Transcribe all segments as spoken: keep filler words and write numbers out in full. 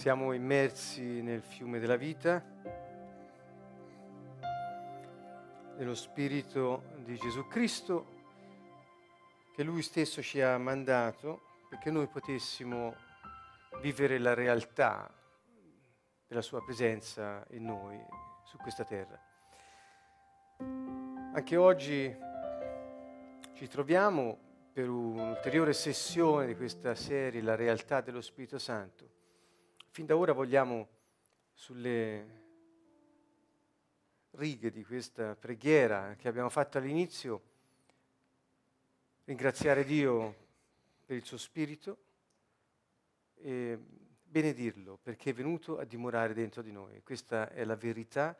Siamo immersi nel fiume della vita, nello Spirito di Gesù Cristo, che Lui stesso ci ha mandato perché noi potessimo vivere la realtà della Sua presenza in noi, su questa terra. Anche oggi ci troviamo per un'ulteriore sessione di questa serie, La realtà dello Spirito Santo. Fin da ora vogliamo, sulle righe di questa preghiera che abbiamo fatto all'inizio, ringraziare Dio per il suo Spirito e benedirlo perché è venuto a dimorare dentro di noi. Questa è la verità.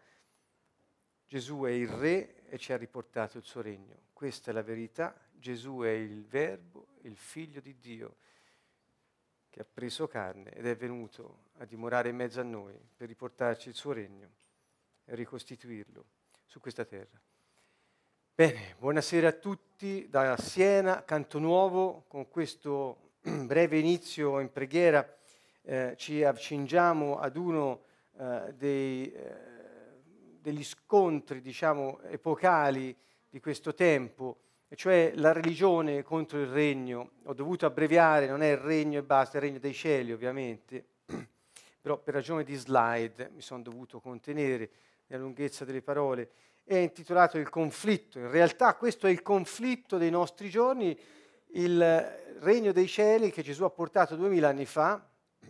Gesù è il Re e ci ha riportato il suo regno. Questa è la verità. Gesù è il Verbo, il Figlio di Dio, che ha preso carne ed è venuto a dimorare in mezzo a noi per riportarci il suo regno e ricostituirlo su questa terra. Bene, buonasera a tutti da Siena, Canto Nuovo. Con questo breve inizio in preghiera eh, ci accingiamo ad uno eh, dei, eh, degli scontri, diciamo, epocali di questo tempo, e cioè la religione contro il regno. Ho dovuto abbreviare, non è il regno e basta, è il regno dei cieli ovviamente, però per ragione di slide mi sono dovuto contenere nella lunghezza delle parole. È intitolato Il conflitto. In realtà questo è il conflitto dei nostri giorni, il regno dei cieli che Gesù ha portato duemila anni fa,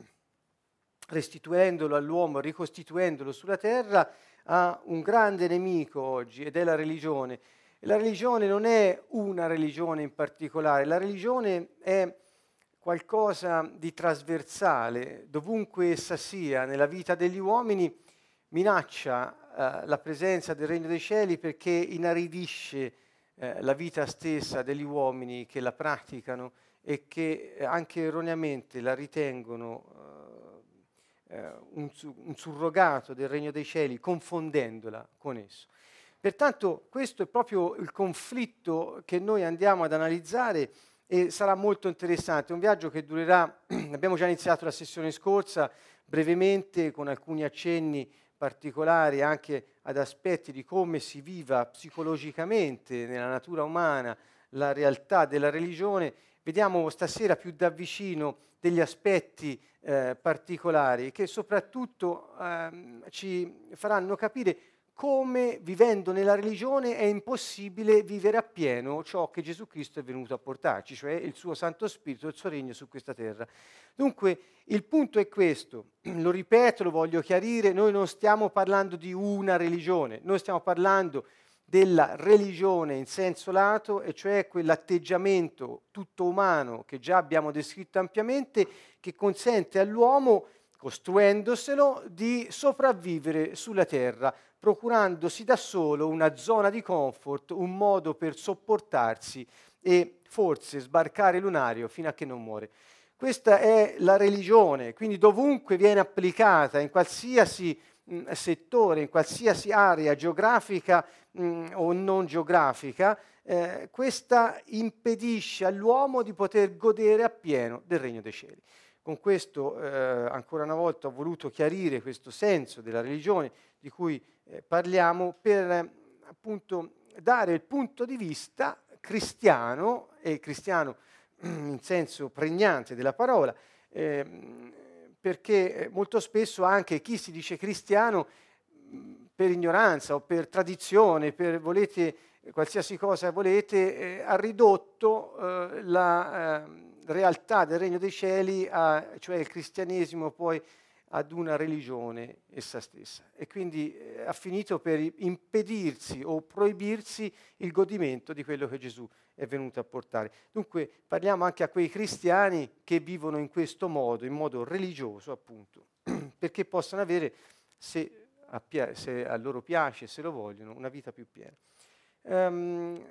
restituendolo all'uomo, ricostituendolo sulla terra, ha un grande nemico oggi ed è la religione. E la religione non è una religione in particolare, la religione è qualcosa di trasversale, dovunque essa sia nella vita degli uomini, minaccia eh, la presenza del regno dei cieli perché inaridisce eh, la vita stessa degli uomini che la praticano e che eh, anche erroneamente la ritengono eh, eh, un, un surrogato del regno dei cieli, confondendola con esso. Pertanto questo è proprio il conflitto che noi andiamo ad analizzare e sarà molto interessante. È un viaggio che durerà, abbiamo già iniziato la sessione scorsa, brevemente con alcuni accenni particolari anche ad aspetti di come si viva psicologicamente nella natura umana la realtà della religione. Vediamo stasera più da vicino degli aspetti eh, particolari che soprattutto eh, ci faranno capire come vivendo nella religione è impossibile vivere appieno ciò che Gesù Cristo è venuto a portarci, cioè il suo Santo Spirito, il suo regno su questa terra. Dunque il punto è questo, lo ripeto, lo voglio chiarire, noi non stiamo parlando di una religione, noi stiamo parlando della religione in senso lato, e cioè quell'atteggiamento tutto umano che già abbiamo descritto ampiamente, che consente all'uomo, costruendoselo, di sopravvivere sulla terra, procurandosi da solo una zona di comfort, un modo per sopportarsi e forse sbarcare lunario fino a che non muore. Questa è la religione, quindi dovunque viene applicata, in qualsiasi mh, settore, in qualsiasi area geografica mh, o non geografica, eh, questa impedisce all'uomo di poter godere appieno del regno dei cieli. Con questo, eh, ancora una volta, ho voluto chiarire questo senso della religione di cui eh, parliamo per eh, appunto dare il punto di vista cristiano, e cristiano in senso pregnante della parola, eh, perché molto spesso anche chi si dice cristiano mh, per ignoranza o per tradizione, per volete qualsiasi cosa volete, eh, ha ridotto eh, la eh, realtà del regno dei cieli, a, cioè il cristianesimo poi, ad una religione essa stessa, e quindi eh, ha finito per impedirsi o proibirsi il godimento di quello che Gesù è venuto a portare. Dunque parliamo anche a quei cristiani che vivono in questo modo, in modo religioso appunto, perché possano avere, se a, pia- se a loro piace, se lo vogliono, una vita più piena. Um,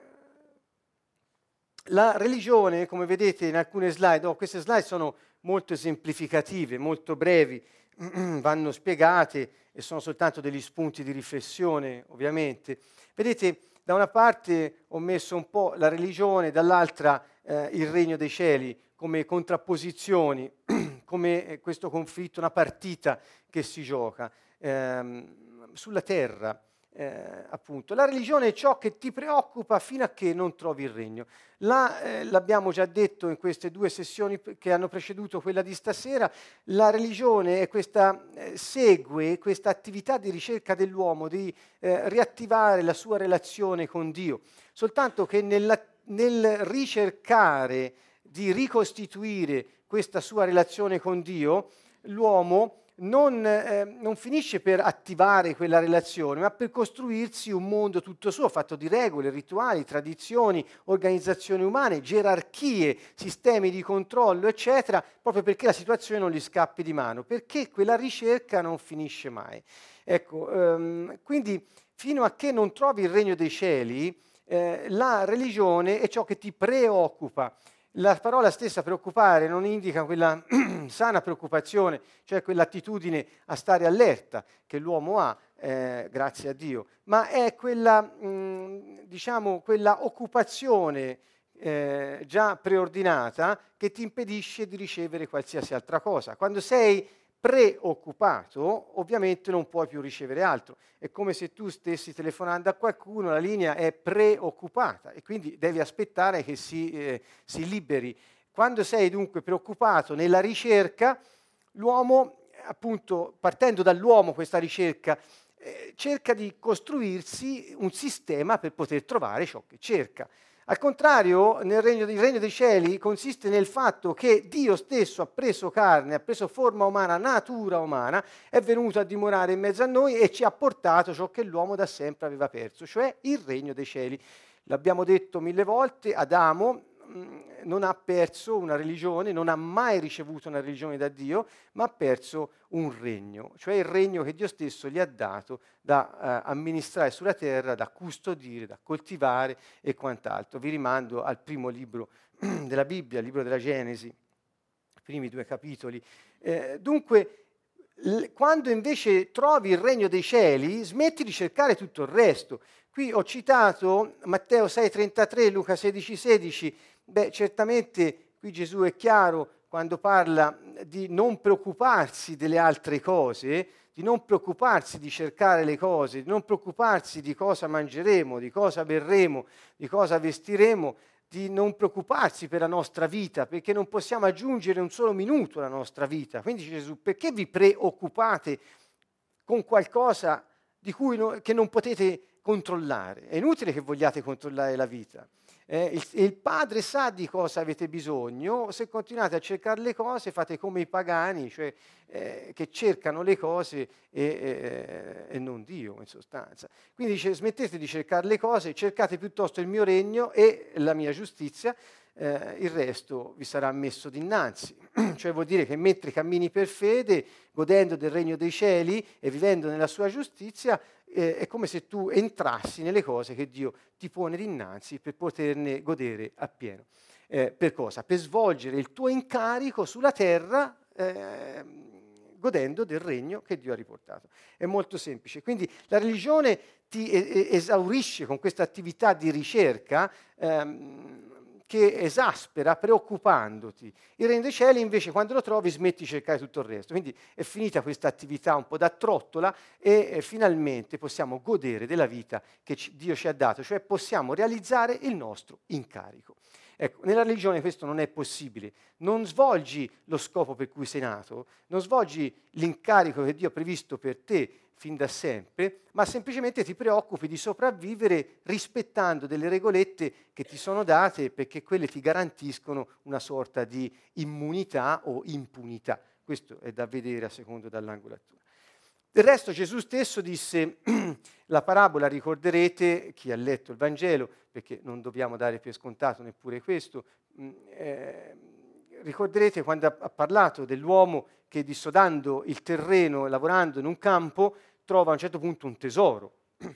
la religione, come vedete in alcune slide, oh, queste slide sono molto esemplificative, molto brevi, vanno spiegate e sono soltanto degli spunti di riflessione, ovviamente. Vedete, da una parte ho messo un po' la religione, dall'altra eh, il regno dei cieli come contrapposizioni come questo conflitto, una partita che si gioca ehm, sulla terra. Eh, appunto, la religione è ciò che ti preoccupa fino a che non trovi il regno. La, eh, l'abbiamo già detto in queste due sessioni che hanno preceduto quella di stasera, la religione è questa, eh, segue questa attività di ricerca dell'uomo, di eh, riattivare la sua relazione con Dio, soltanto che nella, nel ricercare di ricostituire questa sua relazione con Dio, l'uomo Non, eh, non finisce per attivare quella relazione, ma per costruirsi un mondo tutto suo, fatto di regole, rituali, tradizioni, organizzazioni umane, gerarchie, sistemi di controllo, eccetera, proprio perché la situazione non gli scappi di mano, perché quella ricerca non finisce mai. Ecco, ehm, quindi fino a che non trovi il regno dei cieli, eh, la religione è ciò che ti preoccupa. La parola stessa preoccupare non indica quella sana preoccupazione, cioè quell'attitudine a stare allerta che l'uomo ha, eh, grazie a Dio, ma è quella, mh, diciamo, quella occupazione eh, già preordinata che ti impedisce di ricevere qualsiasi altra cosa. Quando sei preoccupato, ovviamente non puoi più ricevere altro. È come se tu stessi telefonando a qualcuno, la linea è preoccupata e quindi devi aspettare che si, eh, si liberi. Quando sei dunque preoccupato nella ricerca, l'uomo, appunto, partendo dall'uomo questa ricerca, eh, cerca di costruirsi un sistema per poter trovare ciò che cerca. Al contrario, nel regno, il regno dei cieli consiste nel fatto che Dio stesso ha preso carne, ha preso forma umana, natura umana, è venuto a dimorare in mezzo a noi e ci ha portato ciò che l'uomo da sempre aveva perso, cioè il regno dei cieli. L'abbiamo detto mille volte, Adamo mh, non ha perso una religione, non ha mai ricevuto una religione da Dio, ma ha perso un regno, cioè il regno che Dio stesso gli ha dato da eh, amministrare sulla terra, da custodire, da coltivare e quant'altro. Vi rimando al primo libro della Bibbia, il libro della Genesi, i primi due capitoli. Eh, dunque, l- quando invece trovi il regno dei cieli, smetti di cercare tutto il resto. Qui ho citato Matteo sei trentatré, Luca sedici sedici. Beh, certamente qui Gesù è chiaro quando parla di non preoccuparsi delle altre cose, di non preoccuparsi di cercare le cose, di non preoccuparsi di cosa mangeremo, di cosa berremo, di cosa vestiremo, di non preoccuparsi per la nostra vita, perché non possiamo aggiungere un solo minuto alla nostra vita. Quindi dice Gesù, perché vi preoccupate con qualcosa di cui no, che non potete controllare? È inutile che vogliate controllare la vita. Eh, il, il Padre sa di cosa avete bisogno, se continuate a cercare le cose fate come i pagani, cioè eh, che cercano le cose e, e, e non Dio in sostanza. Quindi dice smettete di cercare le cose, cercate piuttosto il mio regno e la mia giustizia, eh, il resto vi sarà messo dinanzi. Cioè vuol dire che mentre cammini per fede, godendo del regno dei cieli e vivendo nella sua giustizia, eh, è come se tu entrassi nelle cose che Dio ti pone dinanzi per poterne godere appieno. Eh, per cosa? Per svolgere il tuo incarico sulla terra eh, godendo del regno che Dio ha riportato. È molto semplice. Quindi la religione ti esaurisce con questa attività di ricerca ehm, che esaspera preoccupandoti. Il regno dei cieli invece quando lo trovi smetti di cercare tutto il resto. Quindi è finita questa attività un po' da trottola e eh, finalmente possiamo godere della vita che ci, Dio ci ha dato, cioè possiamo realizzare il nostro incarico. Ecco, nella religione questo non è possibile. Non svolgi lo scopo per cui sei nato, non svolgi l'incarico che Dio ha previsto per te fin da sempre, ma semplicemente ti preoccupi di sopravvivere rispettando delle regolette che ti sono date perché quelle ti garantiscono una sorta di immunità o impunità. Questo è da vedere a secondo dall'angolatura. Del resto Gesù stesso disse, la parabola ricorderete, chi ha letto il Vangelo, perché non dobbiamo dare per scontato neppure questo, eh, ricorderete quando ha, ha parlato dell'uomo che dissodando il terreno, lavorando in un campo, trova a un certo punto un tesoro.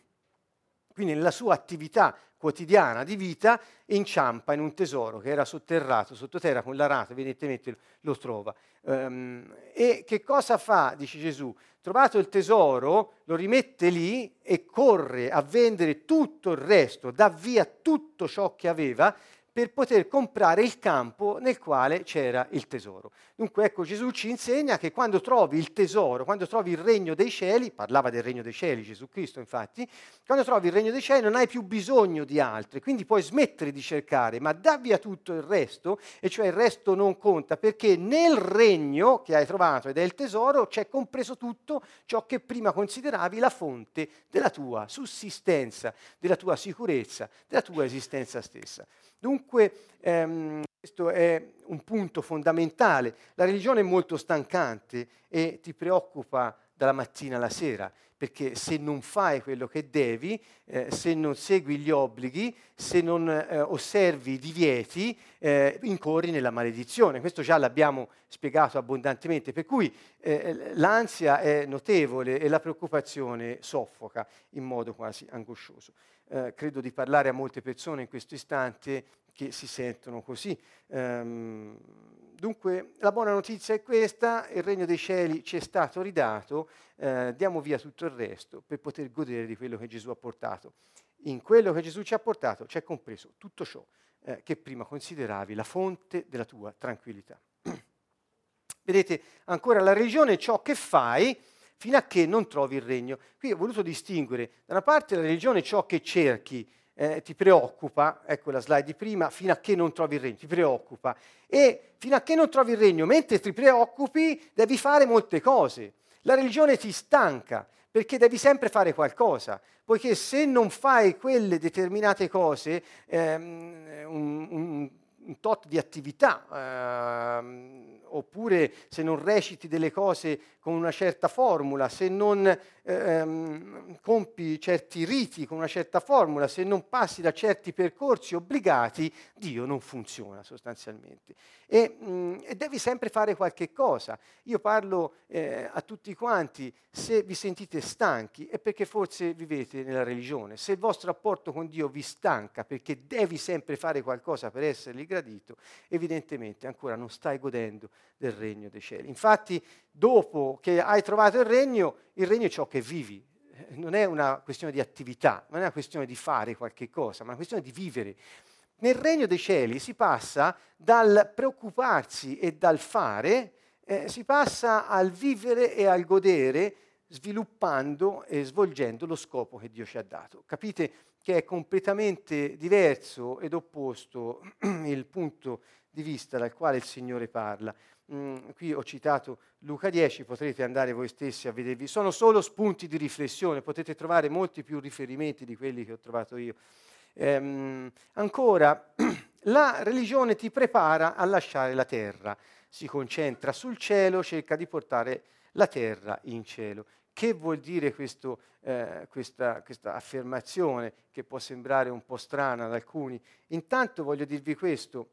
Quindi nella sua attività quotidiana di vita inciampa in un tesoro che era sotterrato, sottoterra, con l'arata, evidentemente lo trova. Um, e che cosa fa, dice Gesù? Trovato il tesoro, lo rimette lì e corre a vendere tutto il resto, dà via tutto ciò che aveva per poter comprare il campo nel quale c'era il tesoro. Dunque ecco, Gesù ci insegna che quando trovi il tesoro, quando trovi il regno dei cieli, parlava del regno dei cieli Gesù Cristo infatti, quando trovi il regno dei cieli non hai più bisogno di altri, quindi puoi smettere di cercare, ma dà via tutto il resto, e cioè il resto non conta, perché nel regno che hai trovato ed è il tesoro c'è compreso tutto ciò che prima consideravi la fonte della tua sussistenza, della tua sicurezza, della tua esistenza stessa. Dunque ehm, questo è un punto fondamentale. La religione è molto stancante e ti preoccupa dalla mattina alla sera, perché se non fai quello che devi, eh, se non segui gli obblighi, se non eh, osservi i divieti, eh, incorri nella maledizione. Questo già l'abbiamo spiegato abbondantemente, per cui eh, l'ansia è notevole e la preoccupazione soffoca in modo quasi angoscioso. Eh, credo di parlare a molte persone in questo istante che si sentono così. Um, dunque la buona notizia è questa: il regno dei cieli ci è stato ridato, eh, diamo via tutto il resto per poter godere di quello che Gesù ha portato. In quello che Gesù ci ha portato c'è compreso tutto ciò eh, che prima consideravi la fonte della tua tranquillità. Vedete, ancora la religione è ciò che fai fino a che non trovi il regno. Qui ho voluto distinguere, da una parte la religione è ciò che cerchi, eh, ti preoccupa, ecco la slide di prima, fino a che non trovi il regno, ti preoccupa. E fino a che non trovi il regno, mentre ti preoccupi, devi fare molte cose. La religione ti stanca, perché devi sempre fare qualcosa, poiché se non fai quelle determinate cose, ehm, un, un, un tot di attività, ehm, oppure se non reciti delle cose con una certa formula, se non ehm, compi certi riti con una certa formula, se non passi da certi percorsi obbligati, Dio non funziona sostanzialmente. E, mh, e devi sempre fare qualche cosa. Io parlo eh, a tutti quanti: se vi sentite stanchi è perché forse vivete nella religione. Se il vostro rapporto con Dio vi stanca perché devi sempre fare qualcosa per essergli gradito, evidentemente ancora non stai godendo del regno dei cieli. Infatti, dopo che hai trovato il regno, il regno è ciò che vivi. Non è una questione di attività, non è una questione di fare qualche cosa, ma è una questione di vivere. Nel regno dei cieli si passa dal preoccuparsi e dal fare, eh, si passa al vivere e al godere, sviluppando e svolgendo lo scopo che Dio ci ha dato. Capite che è completamente diverso ed opposto il punto di vista dal quale il Signore parla. Mm, qui ho citato Luca dieci, potrete andare voi stessi a vedervi. Sono solo spunti di riflessione, potete trovare molti più riferimenti di quelli che ho trovato io. Ehm, ancora, la religione ti prepara a lasciare la terra, si concentra sul cielo, cerca di portare la terra in cielo. Che vuol dire questo, eh, questa, questa affermazione, che può sembrare un po' strana ad alcuni? Intanto voglio dirvi questo: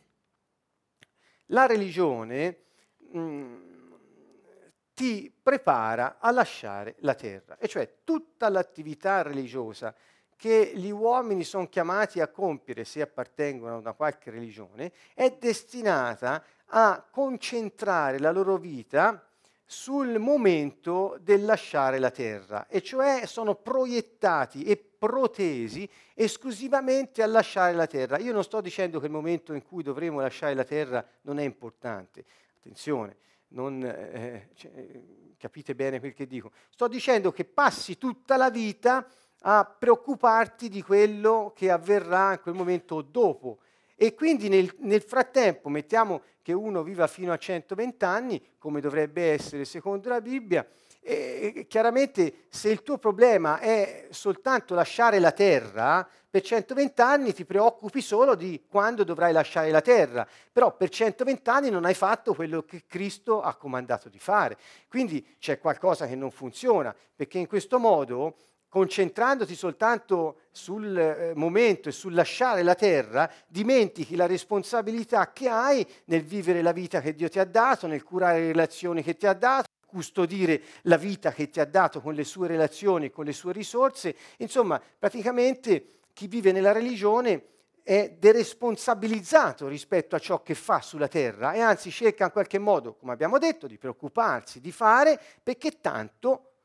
la religione mh, ti prepara a lasciare la terra, e cioè tutta l'attività religiosa che gli uomini sono chiamati a compiere, se appartengono a una qualche religione, è destinata a concentrare la loro vita sul momento del lasciare la terra, e cioè sono proiettati e protesi esclusivamente a lasciare la terra. Io non sto dicendo che il momento in cui dovremo lasciare la terra non è importante, attenzione, non, eh, cioè, capite bene quel che dico. Sto dicendo che passi tutta la vita a preoccuparti di quello che avverrà in quel momento o dopo. E quindi nel, nel frattempo, mettiamo che uno viva fino a centoventi anni, come dovrebbe essere secondo la Bibbia, e, e chiaramente se il tuo problema è soltanto lasciare la terra, per centoventi anni ti preoccupi solo di quando dovrai lasciare la terra, però per centoventi anni non hai fatto quello che Cristo ha comandato di fare. Quindi c'è qualcosa che non funziona, perché in questo modo, concentrandoti soltanto sul eh, momento e sul lasciare la terra, dimentichi la responsabilità che hai nel vivere la vita che Dio ti ha dato, nel curare le relazioni che ti ha dato, custodire la vita che ti ha dato con le sue relazioni e con le sue risorse. Insomma, praticamente chi vive nella religione è deresponsabilizzato rispetto a ciò che fa sulla terra, e anzi cerca in qualche modo, come abbiamo detto, di preoccuparsi, di fare, perché tanto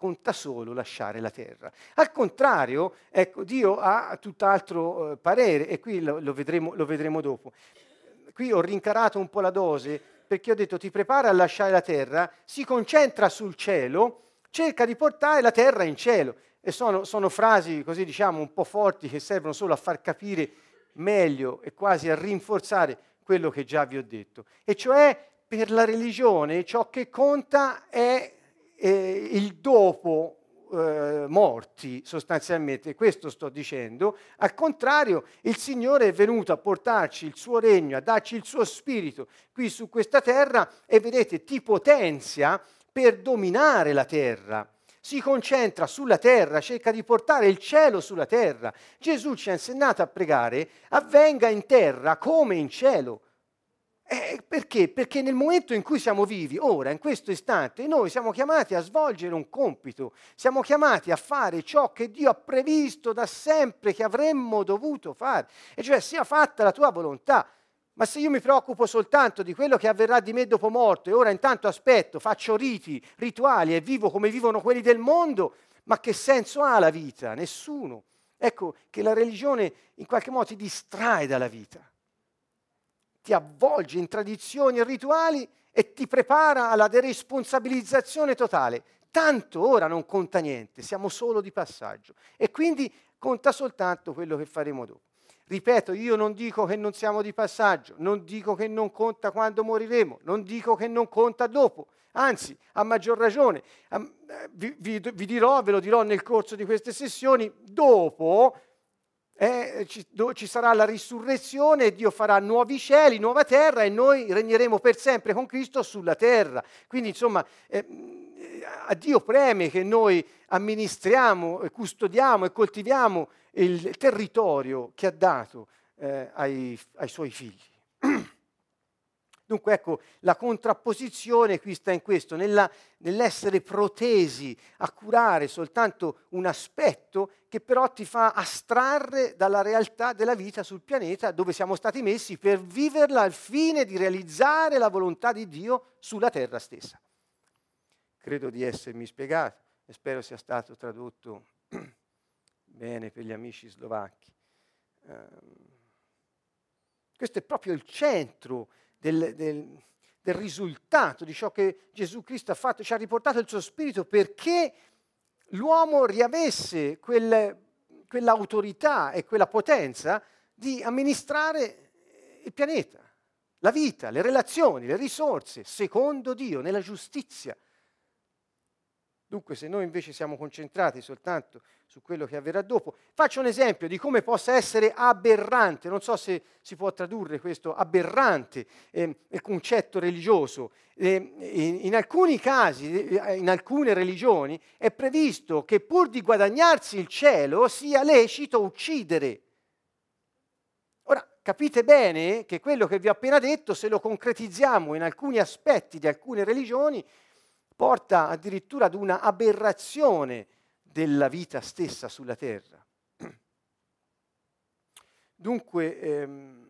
conta solo lasciare la terra. Al contrario, ecco, Dio ha tutt'altro eh, parere, e qui lo, lo, vedremo, lo vedremo dopo. Qui ho rincarato un po' la dose, perché ho detto ti prepara a lasciare la terra, si concentra sul cielo, cerca di portare la terra in cielo. E sono, sono frasi così, diciamo, un po' forti, che servono solo a far capire meglio e quasi a rinforzare quello che già vi ho detto. E cioè, per la religione ciò che conta è eh, il dopo eh, morti, sostanzialmente, questo sto dicendo. Al contrario, il Signore è venuto a portarci il suo regno, a darci il suo spirito qui su questa terra, e vedete, ti potenzia per dominare la terra. Si concentra sulla terra, cerca di portare il cielo sulla terra. Gesù ci ha insegnato a pregare: avvenga in terra come in cielo. Eh, perché? Perché nel momento in cui siamo vivi, ora, in questo istante, noi siamo chiamati a svolgere un compito, siamo chiamati a fare ciò che Dio ha previsto da sempre che avremmo dovuto fare, e cioè sia fatta la tua volontà. Ma se io mi preoccupo soltanto di quello che avverrà di me dopo morto, e ora intanto aspetto, faccio riti, rituali e vivo come vivono quelli del mondo, ma che senso ha la vita? Nessuno. Ecco che la religione in qualche modo ti distrae dalla vita, ti avvolge in tradizioni e rituali e ti prepara alla deresponsabilizzazione totale. Tanto ora non conta niente, siamo solo di passaggio, e quindi conta soltanto quello che faremo dopo. Ripeto, io non dico che non siamo di passaggio, non dico che non conta quando moriremo, non dico che non conta dopo, anzi, a maggior ragione, vi, vi, vi dirò, ve lo dirò nel corso di queste sessioni, dopo eh, ci, do, ci sarà la risurrezione, Dio farà nuovi cieli, nuova terra, e noi regneremo per sempre con Cristo sulla terra. Quindi, insomma, eh, a Dio preme che noi amministriamo, custodiamo e coltiviamo il territorio che ha dato eh, ai, ai suoi figli. Dunque, ecco, la contrapposizione qui sta in questo, nella, nell'essere protesi a curare soltanto un aspetto che però ti fa astrarre dalla realtà della vita sul pianeta, dove siamo stati messi per viverla al fine di realizzare la volontà di Dio sulla terra stessa. Credo di essermi spiegato e spero sia stato tradotto bene per gli amici slovacchi. Um, questo è proprio il centro del, del, del risultato di ciò che Gesù Cristo ha fatto. Ci ha riportato il suo spirito perché l'uomo riavesse quel, quell'autorità e quella potenza di amministrare il pianeta, la vita, le relazioni, le risorse, secondo Dio, nella giustizia. Dunque, se noi invece siamo concentrati soltanto su quello che avverrà dopo, faccio un esempio di come possa essere aberrante, non so se si può tradurre questo aberrante, eh, il concetto religioso. Eh, in, in alcuni casi, eh, in alcune religioni, è previsto che pur di guadagnarsi il cielo sia lecito uccidere. Ora, capite bene che quello che vi ho appena detto, se lo concretizziamo in alcuni aspetti di alcune religioni, porta addirittura ad una aberrazione della vita stessa sulla terra. Dunque, ehm,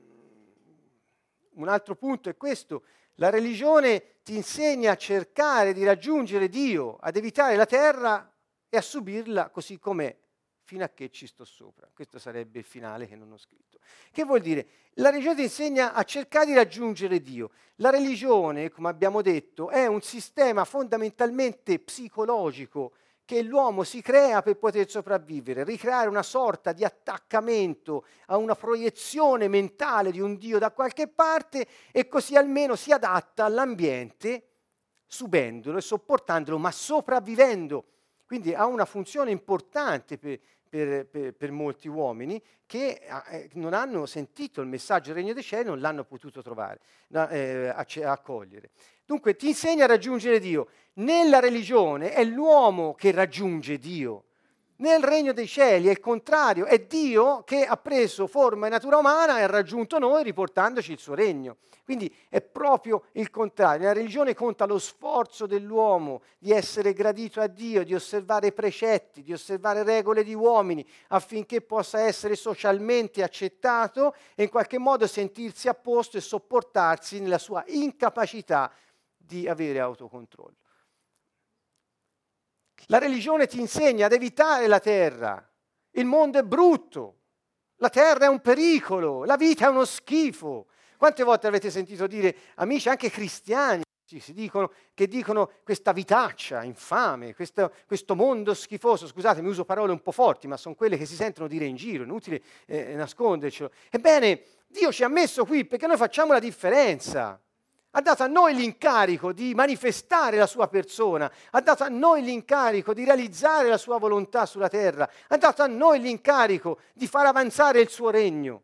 un altro punto è questo: la religione ti insegna a cercare di raggiungere Dio, ad evitare la terra e a subirla così com'è, fino a che ci sto sopra. Questo sarebbe il finale che non ho scritto. Che vuol dire? La religione ti insegna a cercare di raggiungere Dio. La religione, come abbiamo detto, è un sistema fondamentalmente psicologico che l'uomo si crea per poter sopravvivere, ricreare una sorta di attaccamento a una proiezione mentale di un Dio da qualche parte, e così almeno si adatta all'ambiente subendolo e sopportandolo, ma sopravvivendo. Quindi ha una funzione importante per, per, per, per molti uomini che eh, non hanno sentito il messaggio del Regno dei Cieli, non l'hanno potuto trovare, eh, accogliere. Dunque ti insegna a raggiungere Dio. Nella religione è l'uomo che raggiunge Dio. Nel Regno dei Cieli è il contrario, è Dio che ha preso forma e natura umana e ha raggiunto noi riportandoci il suo regno. Quindi è proprio il contrario. Nella religione conta lo sforzo dell'uomo di essere gradito a Dio, di osservare precetti, di osservare regole di uomini, affinché possa essere socialmente accettato e in qualche modo sentirsi a posto e sopportarsi nella sua incapacità di avere autocontrollo. La religione ti insegna ad evitare la terra. Il mondo è brutto, la terra è un pericolo, la vita è uno schifo. Quante volte avete sentito dire, amici anche cristiani, si dicono, che dicono questa vitaccia infame, questo, questo mondo schifoso, scusatemi, uso parole un po' forti, ma sono quelle che si sentono dire in giro, è inutile eh, nascondercelo. Ebbene, Dio ci ha messo qui perché noi facciamo la differenza. Ha dato a noi l'incarico di manifestare la sua persona, ha dato a noi l'incarico di realizzare la sua volontà sulla terra, ha dato a noi l'incarico di far avanzare il suo regno.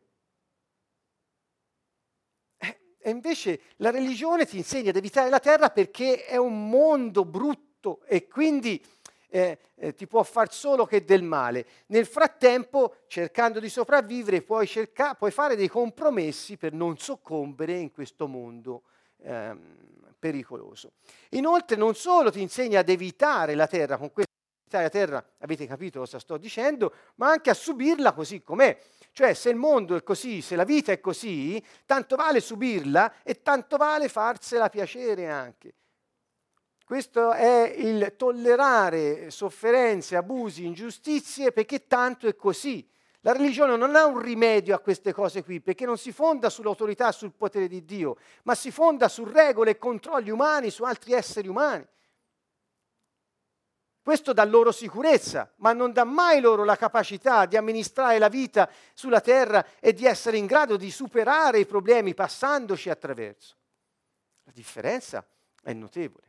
E invece la religione ti insegna ad evitare la terra perché è un mondo brutto e quindi eh, eh, ti può far solo che del male. Nel frattempo, cercando di sopravvivere, puoi, cerca- puoi fare dei compromessi per non soccombere in questo mondo ehm, pericoloso. Inoltre non solo ti insegna ad evitare la terra, con questo evitare la terra avete capito cosa sto dicendo, ma anche a subirla così com'è. Cioè, se il mondo è così, se la vita è così, tanto vale subirla e tanto vale farsela piacere anche. Questo è il tollerare sofferenze, abusi, ingiustizie, perché tanto è così. La religione non ha un rimedio a queste cose qui, perché non si fonda sull'autorità e sul potere di Dio, ma si fonda su regole e controlli umani, su altri esseri umani. Questo dà loro sicurezza, ma non dà mai loro la capacità di amministrare la vita sulla terra e di essere in grado di superare i problemi passandoci attraverso. La differenza è notevole.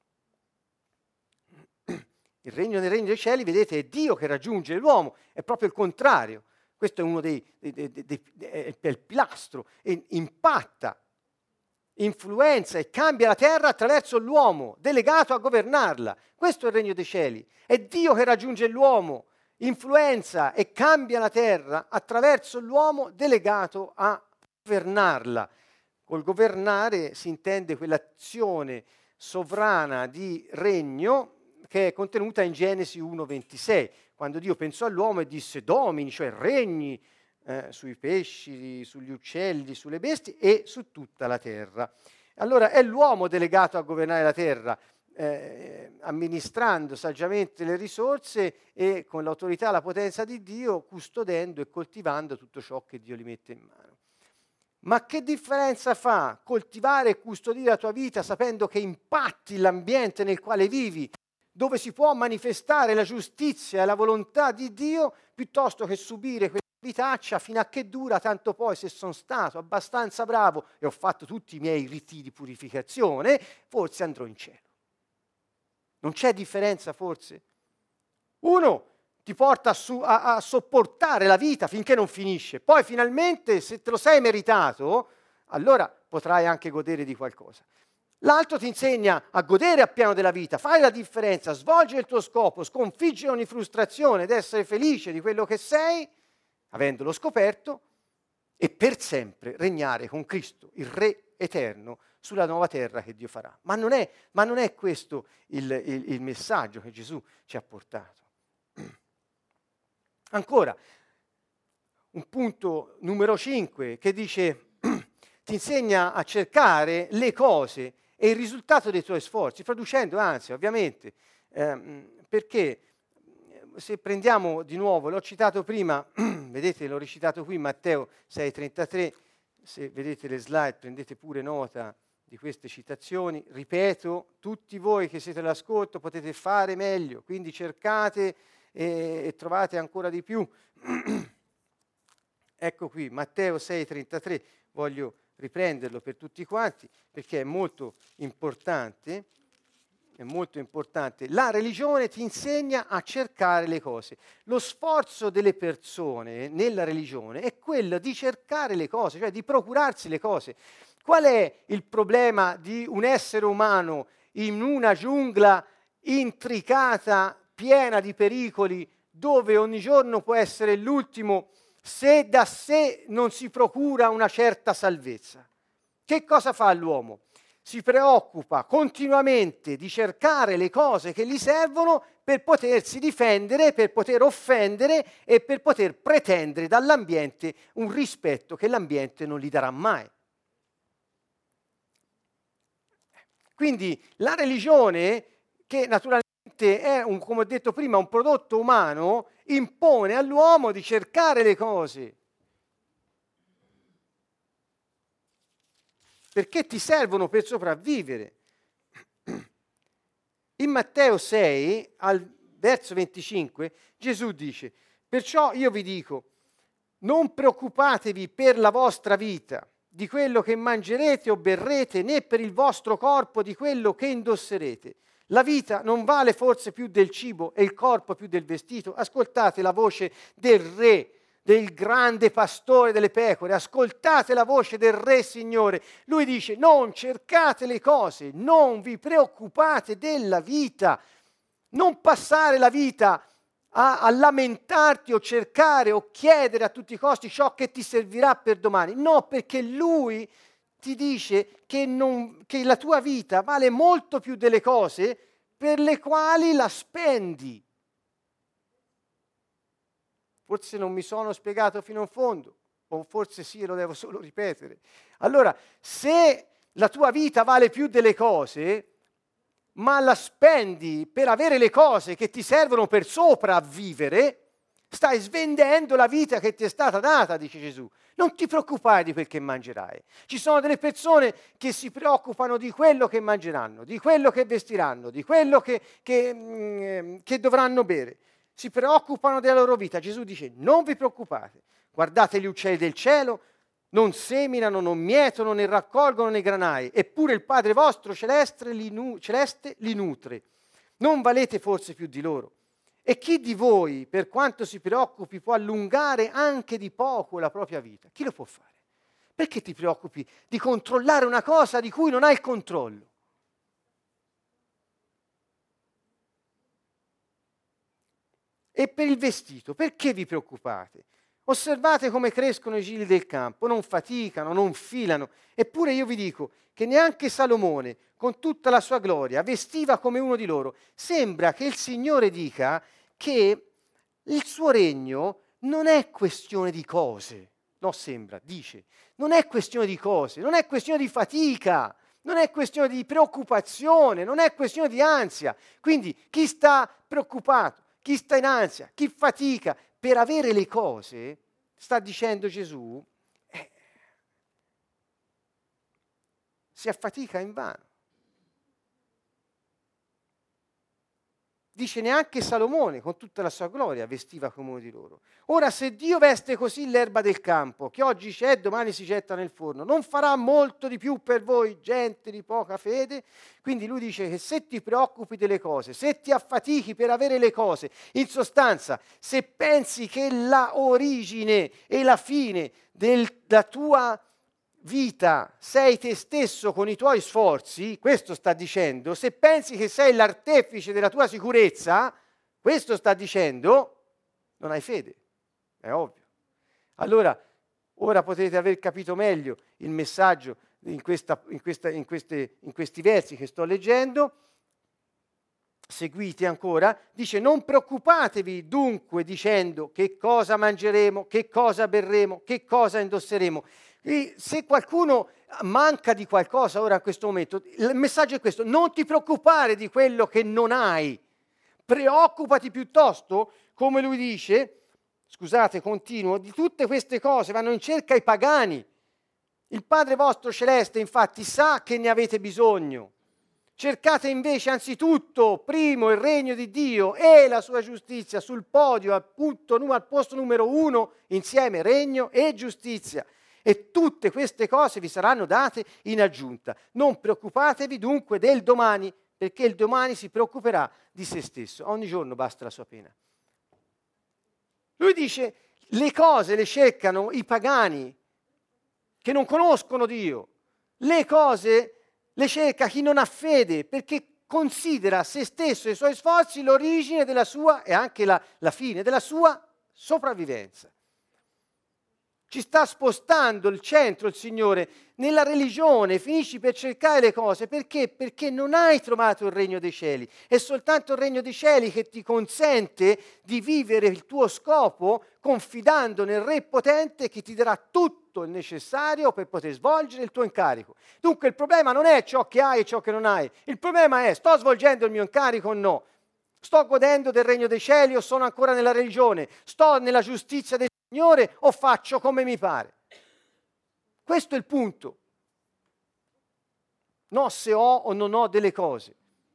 Il regno del regno dei cieli, vedete, è Dio che raggiunge l'uomo, è proprio il contrario. Questo è uno dei, dei, dei, dei, dei è il pilastro, e impatta, influenza e cambia la terra attraverso l'uomo, delegato a governarla. Questo è il regno dei cieli. È Dio che raggiunge l'uomo, influenza e cambia la terra attraverso l'uomo delegato a governarla. Col governare si intende quell'azione sovrana di regno che è contenuta in Genesi uno ventisei, quando Dio pensò all'uomo e disse domini, cioè regni eh, sui pesci, sugli uccelli, sulle bestie e su tutta la terra. Allora è l'uomo delegato a governare la terra, eh, amministrando saggiamente le risorse e con l'autorità e la potenza di Dio, custodendo e coltivando tutto ciò che Dio gli mette in mano. Ma che differenza fa coltivare e custodire la tua vita sapendo che impatti l'ambiente nel quale vivi, dove si può manifestare la giustizia e la volontà di Dio, piuttosto che subire questa vitaccia fino a che dura, tanto poi se sono stato abbastanza bravo e ho fatto tutti i miei riti di purificazione, forse andrò in cielo. Non c'è differenza forse? Uno ti porta a, su, a, a sopportare la vita finché non finisce, poi finalmente se te lo sei meritato, allora potrai anche godere di qualcosa. L'altro ti insegna a godere appieno della vita, fai la differenza, svolgere il tuo scopo, sconfiggere ogni frustrazione ed essere felice di quello che sei, avendolo scoperto, e per sempre regnare con Cristo, il Re eterno, sulla nuova terra che Dio farà. Ma non è, ma non è questo il, il, il messaggio che Gesù ci ha portato. Ancora, un punto numero cinque che dice ti insegna a cercare le cose e il risultato dei tuoi sforzi, producendo ansia, ovviamente, ehm, perché se prendiamo di nuovo, l'ho citato prima, vedete, l'ho recitato qui, Matteo sei trentatré, se vedete le slide prendete pure nota di queste citazioni, ripeto, tutti voi che siete all'ascolto potete fare meglio, quindi cercate e, e trovate ancora di più. Ecco qui, Matteo sei trentatré, voglio riprenderlo per tutti quanti, perché è molto importante, è molto importante. La religione ti insegna a cercare le cose. Lo sforzo delle persone nella religione è quello di cercare le cose, cioè di procurarsi le cose. Qual è il problema di un essere umano in una giungla intricata, piena di pericoli, dove ogni giorno può essere l'ultimo, se da sé non si procura una certa salvezza? Che cosa fa l'uomo? Si preoccupa continuamente di cercare le cose che gli servono per potersi difendere, per poter offendere e per poter pretendere dall'ambiente un rispetto che l'ambiente non gli darà mai. Quindi la religione, che naturalmente mente è, un, come ho detto prima, un prodotto umano, impone all'uomo di cercare le cose. Perché ti servono per sopravvivere. In Matteo sei, al verso venticinque, Gesù dice: perciò io vi dico, non preoccupatevi per la vostra vita, di quello che mangerete o berrete, né per il vostro corpo di quello che indosserete. La vita non vale forse più del cibo e il corpo più del vestito? Ascoltate la voce del Re, del grande pastore delle pecore, ascoltate la voce del Re Signore. Lui dice: non cercate le cose, non vi preoccupate della vita, non passare la vita a, a lamentarti o cercare o chiedere a tutti i costi ciò che ti servirà per domani. No, perché Lui ti dice che, non, che la tua vita vale molto più delle cose per le quali la spendi. Forse non mi sono spiegato fino in fondo, o forse sì, lo devo solo ripetere. Allora, se la tua vita vale più delle cose, ma la spendi per avere le cose che ti servono per sopravvivere, stai svendendo la vita che ti è stata data, dice Gesù. Non ti preoccupare di quel che mangerai. Ci sono delle persone che si preoccupano di quello che mangeranno, di quello che vestiranno, di quello che, che, mm, che dovranno bere. Si preoccupano della loro vita. Gesù dice: non vi preoccupate, guardate gli uccelli del cielo, non seminano, non mietono, né raccolgono nei granai, eppure il Padre vostro celeste li, nu- celeste li nutre. Non valete forse più di loro? E chi di voi, per quanto si preoccupi, può allungare anche di poco la propria vita? Chi lo può fare? Perché ti preoccupi di controllare una cosa di cui non hai il controllo? E per il vestito, perché vi preoccupate? Osservate come crescono i gigli del campo, non faticano, non filano. Eppure io vi dico che neanche Salomone, con tutta la sua gloria, vestiva come uno di loro. Sembra che il Signore dica che il suo regno non è questione di cose. No, sembra, dice, non è questione di cose, non è questione di fatica, non è questione di preoccupazione, non è questione di ansia. Quindi chi sta preoccupato, chi sta in ansia, chi fatica per avere le cose, sta dicendo Gesù, eh, si affatica invano. Dice neanche Salomone, con tutta la sua gloria, vestiva come uno di loro. Ora, se Dio veste così l'erba del campo, che oggi c'è e domani si getta nel forno, non farà molto di più per voi, gente di poca fede? Quindi lui dice che se ti preoccupi delle cose, se ti affatichi per avere le cose, in sostanza, se pensi che la origine e la fine della tua vita sei te stesso con i tuoi sforzi, questo sta dicendo, se pensi che sei l'artefice della tua sicurezza, questo sta dicendo, non hai fede, è ovvio. Allora, ora potete aver capito meglio il messaggio in, questa, in, questa, in, queste, in questi versi che sto leggendo. Seguite ancora, dice: non preoccupatevi dunque dicendo che cosa mangeremo, che cosa berremo, che cosa indosseremo. E se qualcuno manca di qualcosa ora in questo momento, il messaggio è questo: non ti preoccupare di quello che non hai, preoccupati piuttosto, come lui dice, scusate, continuo, di tutte queste cose vanno in cerca i pagani. Il Padre vostro celeste infatti sa che ne avete bisogno. Cercate invece anzitutto primo il regno di Dio e la sua giustizia sul podio, al, punto, al posto numero uno, insieme regno e giustizia. E tutte queste cose vi saranno date in aggiunta. Non preoccupatevi dunque del domani, perché il domani si preoccuperà di se stesso. Ogni giorno basta la sua pena. Lui dice: le cose le cercano i pagani che non conoscono Dio. Le cose le cerca chi non ha fede, perché considera se stesso e i suoi sforzi l'origine della sua e anche la, la fine della sua sopravvivenza. Ci sta spostando il centro il Signore nella religione, finisci per cercare le cose, perché? Perché non hai trovato il regno dei cieli. È soltanto il regno dei cieli che ti consente di vivere il tuo scopo confidando nel Re potente che ti darà tutto il necessario per poter svolgere il tuo incarico. Dunque il problema non è ciò che hai e ciò che non hai, il problema è: sto svolgendo il mio incarico o no? Sto godendo del regno dei cieli o sono ancora nella religione? Sto nella giustizia del Signore o faccio come mi pare? Questo è il punto. No se ho o non ho delle cose.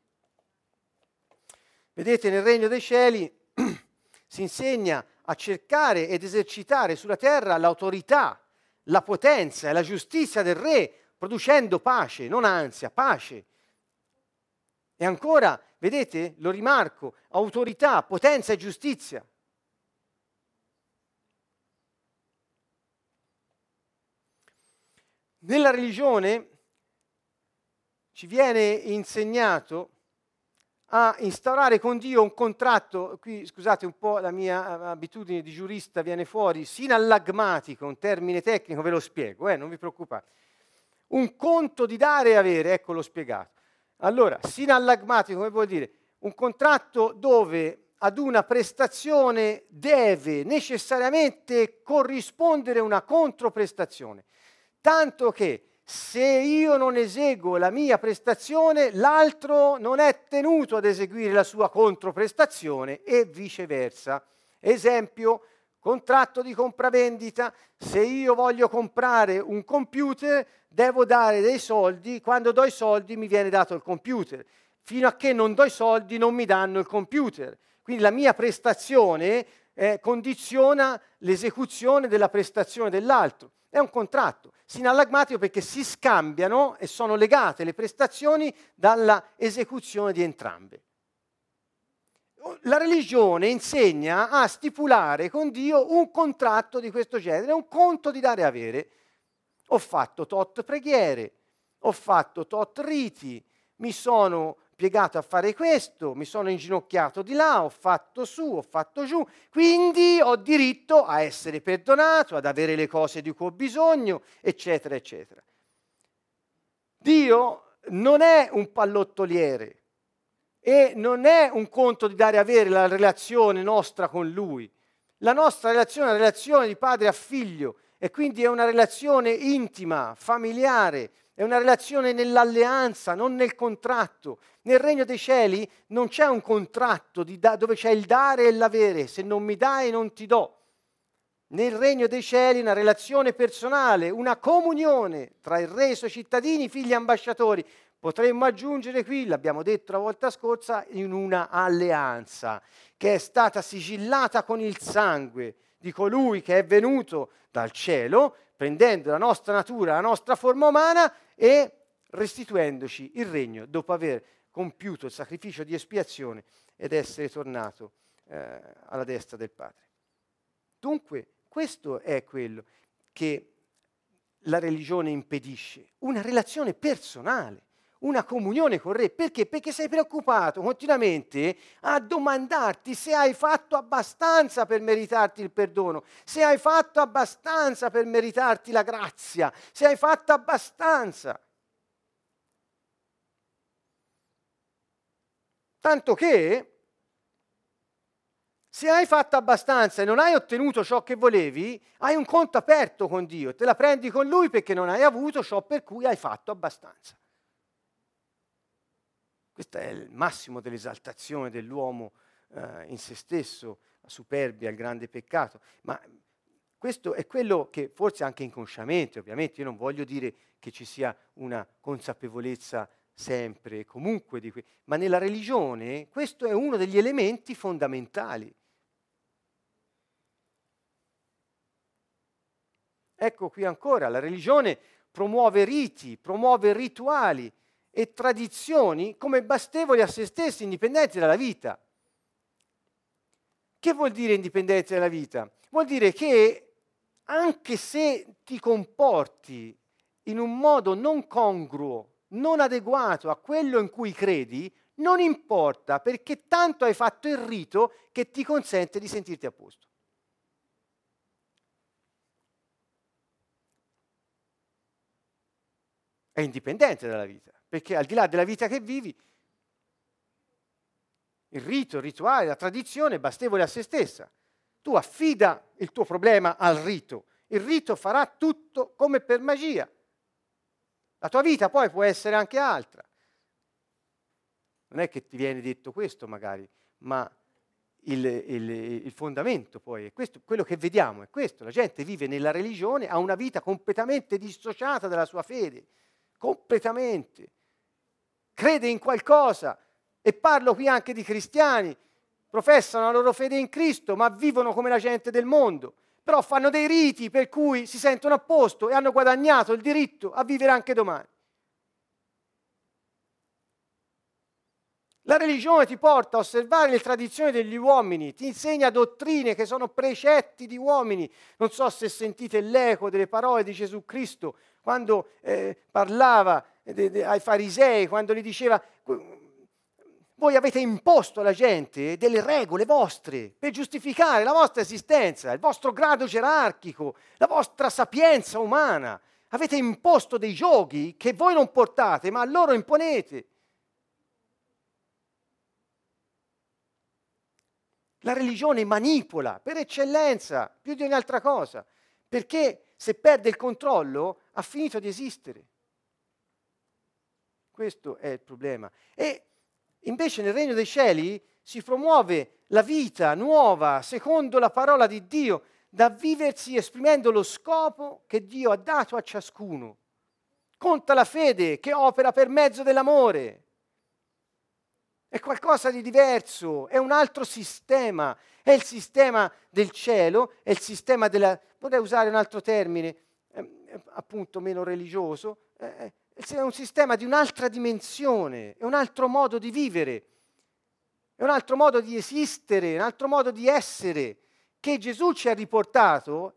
Vedete, nel regno dei cieli si insegna a cercare ed esercitare sulla terra l'autorità, la potenza e la giustizia del re, producendo pace, non ansia, pace. E ancora, vedete, lo rimarco, autorità, potenza e giustizia. Nella religione ci viene insegnato a instaurare con Dio un contratto, qui scusate un po' la mia abitudine di giurista viene fuori, sinallagmatico, un termine tecnico, ve lo spiego, eh, non vi preoccupate. Un conto di dare e avere, ecco l'ho spiegato. Allora, sinallagmatico come vuol dire? Un contratto dove ad una prestazione deve necessariamente corrispondere una controprestazione, tanto che se io non eseguo la mia prestazione, l'altro non è tenuto ad eseguire la sua controprestazione e viceversa. Esempio, contratto di compravendita, se io voglio comprare un computer, devo dare dei soldi, quando do i soldi mi viene dato il computer. Fino a che non do i soldi non mi danno il computer. Quindi la mia prestazione eh, condiziona l'esecuzione della prestazione dell'altro. È un contratto sinallagmatico perché si scambiano e sono legate le prestazioni dalla esecuzione di entrambe. La religione insegna a stipulare con Dio un contratto di questo genere, un conto di dare e avere. Ho fatto tot preghiere, ho fatto tot riti, mi sono piegato a fare questo, mi sono inginocchiato di là, ho fatto su, ho fatto giù, quindi ho diritto a essere perdonato, ad avere le cose di cui ho bisogno, eccetera, eccetera. Dio non è un pallottoliere e non è un conto di dare e avere la relazione nostra con Lui. La nostra relazione è una relazione di padre a figlio e quindi è una relazione intima, familiare, è una relazione nell'alleanza, non nel contratto. Nel regno dei cieli non c'è un contratto di da- dove c'è il dare e l'avere, se non mi dai non ti do. Nel regno dei cieli una relazione personale, una comunione tra il re e i suoi cittadini, figli ambasciatori. Potremmo aggiungere qui, l'abbiamo detto la volta scorsa, in una alleanza che è stata sigillata con il sangue di colui che è venuto dal cielo, prendendo la nostra natura, la nostra forma umana e restituendoci il regno dopo aver compiuto il sacrificio di espiazione ed essere tornato eh, alla destra del Padre. Dunque, questo è quello che la religione impedisce, una relazione personale, una comunione con il Re. Perché? Perché sei preoccupato continuamente a domandarti se hai fatto abbastanza per meritarti il perdono, se hai fatto abbastanza per meritarti la grazia, se hai fatto abbastanza. Tanto che se hai fatto abbastanza e non hai ottenuto ciò che volevi, hai un conto aperto con Dio, te la prendi con Lui perché non hai avuto ciò per cui hai fatto abbastanza. Questo è il massimo dell'esaltazione dell'uomo eh, in se stesso, la superbia, il grande peccato. Ma questo è quello che forse anche inconsciamente, ovviamente, io non voglio dire che ci sia una consapevolezza sempre e comunque di que- ma nella religione questo è uno degli elementi fondamentali. Ecco qui ancora, la religione promuove riti, promuove rituali e tradizioni come bastevoli a se stessi, indipendenti dalla vita. Che vuol dire indipendenti dalla vita? Vuol dire che anche se ti comporti in un modo non congruo, non adeguato a quello in cui credi, non importa, perché tanto hai fatto il rito che ti consente di sentirti a posto. È indipendente dalla vita, perché al di là della vita che vivi, il rito, il rituale, la tradizione è bastevole a se stessa. Tu affida il tuo problema al rito, il rito farà tutto come per magia. La tua vita poi può essere anche altra. Non è che ti viene detto questo magari, ma il, il, il fondamento poi è questo, quello che vediamo è questo, la gente vive nella religione, ha una vita completamente dissociata dalla sua fede, completamente, crede in qualcosa, e parlo qui anche di cristiani, professano la loro fede in Cristo, ma vivono come la gente del mondo, però fanno dei riti per cui si sentono a posto e hanno guadagnato il diritto a vivere anche domani. La religione ti porta a osservare le tradizioni degli uomini, ti insegna dottrine che sono precetti di uomini. Non so se sentite l'eco delle parole di Gesù Cristo quando eh, parlava de, de, ai farisei, quando gli diceva: voi avete imposto alla gente delle regole vostre per giustificare la vostra esistenza, il vostro grado gerarchico, la vostra sapienza umana. Avete imposto dei giochi che voi non portate, ma a loro imponete. La religione manipola per eccellenza, più di ogni altra cosa, perché se perde il controllo ha finito di esistere. Questo è il problema. E invece nel Regno dei Cieli si promuove la vita nuova, secondo la parola di Dio, da viversi esprimendo lo scopo che Dio ha dato a ciascuno. Conta la fede che opera per mezzo dell'amore. È qualcosa di diverso, è un altro sistema, è il sistema del cielo, è il sistema della, vorrei usare un altro termine, eh, appunto meno religioso, eh, è un sistema di un'altra dimensione, è un altro modo di vivere, è un altro modo di esistere, un altro modo di essere, che Gesù ci ha riportato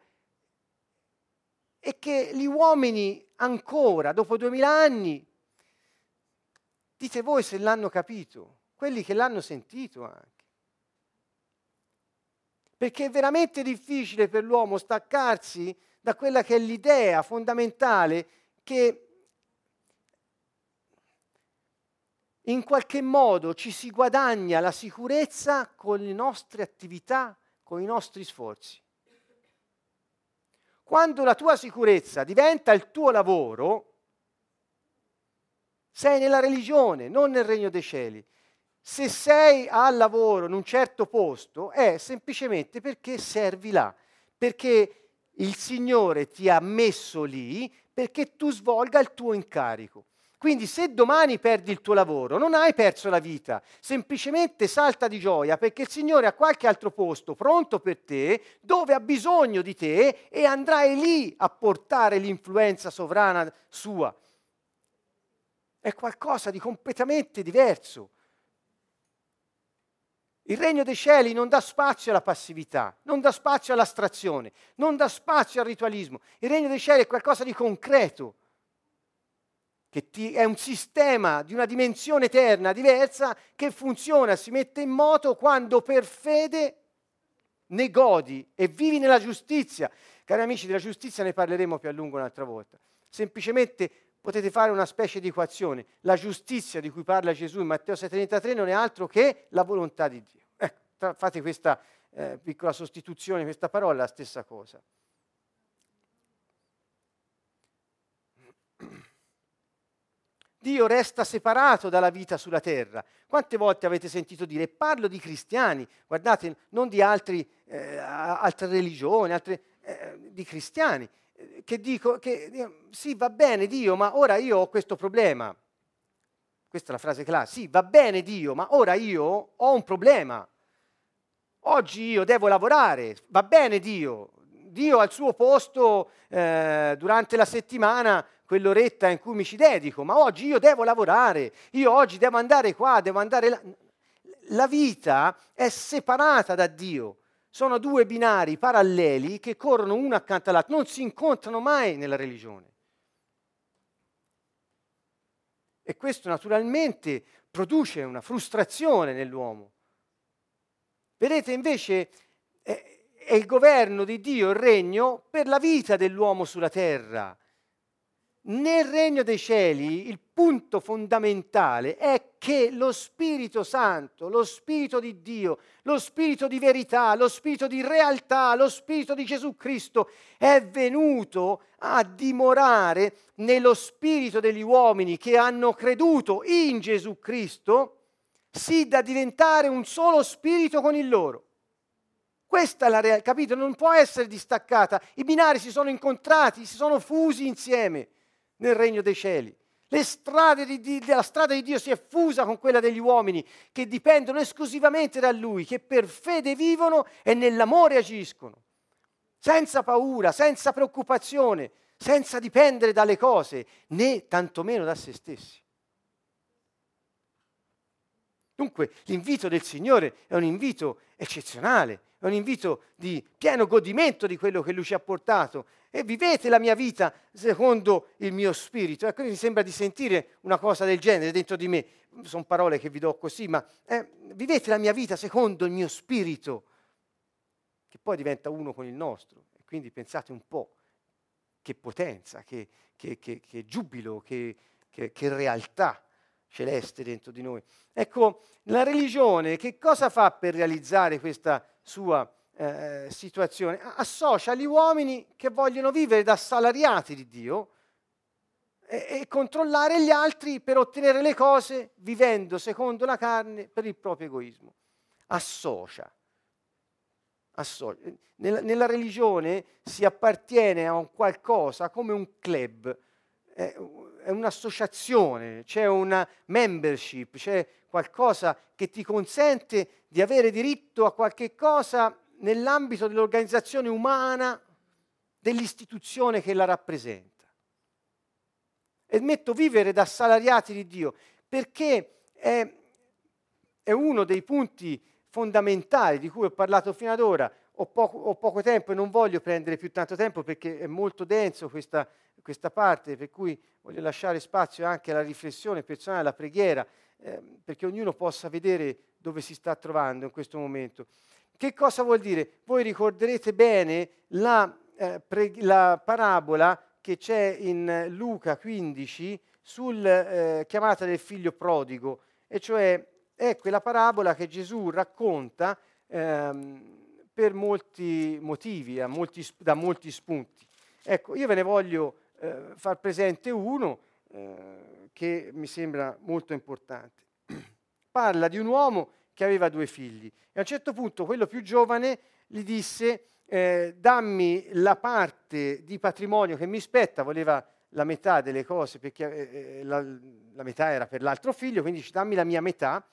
e che gli uomini ancora, dopo duemila anni, dite voi se l'hanno capito, quelli che l'hanno sentito anche. Perché è veramente difficile per l'uomo staccarsi da quella che è l'idea fondamentale che in qualche modo ci si guadagna la sicurezza con le nostre attività, con i nostri sforzi. Quando la tua sicurezza diventa il tuo lavoro, sei nella religione, non nel regno dei cieli. Se sei al lavoro in un certo posto è semplicemente perché servi là, perché il Signore ti ha messo lì perché tu svolga il tuo incarico. Quindi se domani perdi il tuo lavoro, non hai perso la vita, semplicemente salta di gioia perché il Signore ha qualche altro posto pronto per te, dove ha bisogno di te e andrai lì a portare l'influenza sovrana sua. È qualcosa di completamente diverso. Il regno dei cieli non dà spazio alla passività, non dà spazio all'astrazione, non dà spazio al ritualismo. Il regno dei cieli è qualcosa di concreto, che ti, è un sistema di una dimensione eterna, diversa, che funziona, si mette in moto quando per fede ne godi e vivi nella giustizia. Cari amici, della giustizia ne parleremo più a lungo un'altra volta. Semplicemente potete fare una specie di equazione. La giustizia di cui parla Gesù in Matteo sei trentatré non è altro che la volontà di Dio. Ecco, fate questa eh, piccola sostituzione, questa parola è la stessa cosa. Dio resta separato dalla vita sulla terra. Quante volte avete sentito dire, parlo di cristiani, guardate, non di altri, eh, altre religioni, altre, eh, di cristiani, eh, che dico, che sì, va bene Dio, ma ora io ho questo problema. Questa è la frase classica, sì, va bene Dio, ma ora io ho un problema. Oggi io devo lavorare, va bene Dio. Dio al suo posto eh, durante la settimana, quell'oretta in cui mi ci dedico, ma oggi io devo lavorare, io oggi devo andare qua, devo andare là. La vita è separata da Dio, sono due binari paralleli che corrono uno accanto all'altro, non si incontrano mai nella religione. E questo naturalmente produce una frustrazione nell'uomo. Vedete invece è, è il governo di Dio, il regno per la vita dell'uomo sulla terra. Nel regno dei cieli il punto fondamentale è che lo Spirito Santo, lo Spirito di Dio, lo Spirito di verità, lo Spirito di realtà, lo Spirito di Gesù Cristo è venuto a dimorare nello spirito degli uomini che hanno creduto in Gesù Cristo, sì da diventare un solo spirito con il loro. Questa è la realtà, capito? Non può essere distaccata. I binari si sono incontrati, si sono fusi insieme nel regno dei cieli. Le strade di, di, la strada di Dio si è fusa con quella degli uomini che dipendono esclusivamente da Lui, che per fede vivono e nell'amore agiscono, senza paura, senza preoccupazione, senza dipendere dalle cose, né tantomeno da se stessi. Dunque l'invito del Signore è un invito eccezionale, è un invito di pieno godimento di quello che Lui ci ha portato. E vivete la mia vita secondo il mio spirito. Ecco, mi sembra di sentire una cosa del genere dentro di me. Sono parole che vi do così, ma eh, vivete la mia vita secondo il mio spirito, che poi diventa uno con il nostro. E quindi pensate un po' che potenza, che, che, che, che giubilo, che, che, che realtà celeste dentro di noi. Ecco, la religione che cosa fa per realizzare questa sua eh, situazione? Associa gli uomini che vogliono vivere da salariati di Dio e, e controllare gli altri per ottenere le cose vivendo secondo la carne per il proprio egoismo. Associa. Associa. Nella, nella religione si appartiene a un qualcosa come un club, è, è un'associazione, c'è una membership, c'è qualcosa che ti consente di avere diritto a qualche cosa nell'ambito dell'organizzazione umana, dell'istituzione che la rappresenta. E metto vivere da salariati di Dio, perché è, è uno dei punti fondamentali di cui ho parlato fino ad ora. Ho poco, ho poco tempo e non voglio prendere più tanto tempo perché è molto denso questa, questa parte, per cui voglio lasciare spazio anche alla riflessione personale, alla preghiera, eh, perché ognuno possa vedere dove si sta trovando in questo momento. Che cosa vuol dire? Voi ricorderete bene la, eh, pre- la parabola che c'è in Luca quindici sulla eh, chiamata del figlio prodigo, e cioè è quella parabola che Gesù racconta ehm, per molti motivi, a molti, da molti spunti. Ecco, io ve ne voglio eh, far presente uno eh, che mi sembra molto importante. Parla di un uomo che aveva due figli e a un certo punto quello più giovane gli disse eh, dammi la parte di patrimonio che mi spetta, voleva la metà delle cose perché eh, la, la metà era per l'altro figlio, quindi dice dammi la mia metà.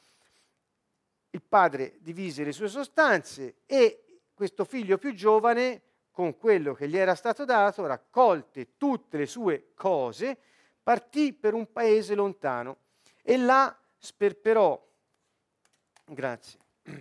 Il padre divise le sue sostanze e questo figlio più giovane, con quello che gli era stato dato, raccolte tutte le sue cose, partì per un paese lontano e là sperperò. Grazie.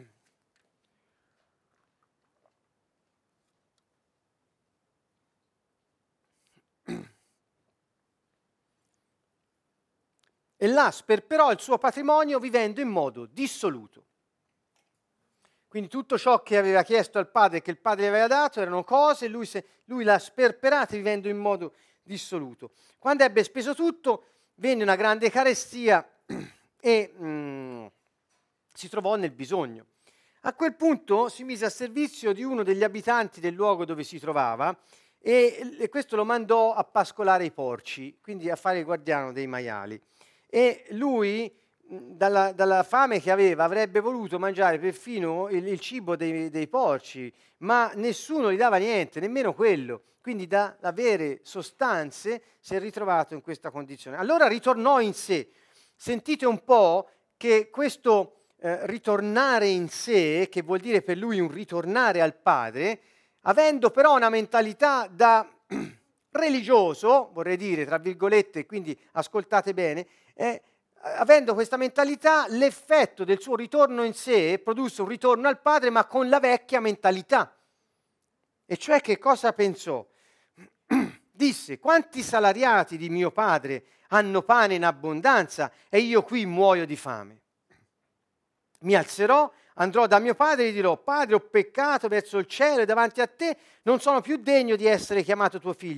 E là sperperò il suo patrimonio vivendo in modo dissoluto. Quindi tutto ciò che aveva chiesto al padre e che il padre gli aveva dato erano cose, lui, se, lui l'ha sperperata vivendo in modo dissoluto. Quando ebbe speso tutto, venne una grande carestia e mm, si trovò nel bisogno. A quel punto si mise a servizio di uno degli abitanti del luogo dove si trovava e, e questo lo mandò a pascolare i porci, quindi a fare il guardiano dei maiali. E lui, dalla, dalla fame che aveva, avrebbe voluto mangiare perfino il, il cibo dei, dei porci, ma nessuno gli dava niente, nemmeno quello. Quindi da avere sostanze si è ritrovato in questa condizione. Allora ritornò in sé. Sentite un po' che questo eh, ritornare in sé, che vuol dire per lui un ritornare al Padre, avendo però una mentalità da religioso, vorrei dire, tra virgolette, quindi ascoltate bene, eh, avendo questa mentalità, l'effetto del suo ritorno in sé produsse un ritorno al Padre, ma con la vecchia mentalità. E cioè che cosa pensò? Disse, quanti salariati di mio padre hanno pane in abbondanza e io qui muoio di fame. Mi alzerò, andrò da mio padre e gli dirò, padre, ho peccato verso il cielo e davanti a te non sono più degno di essere chiamato tuo figlio.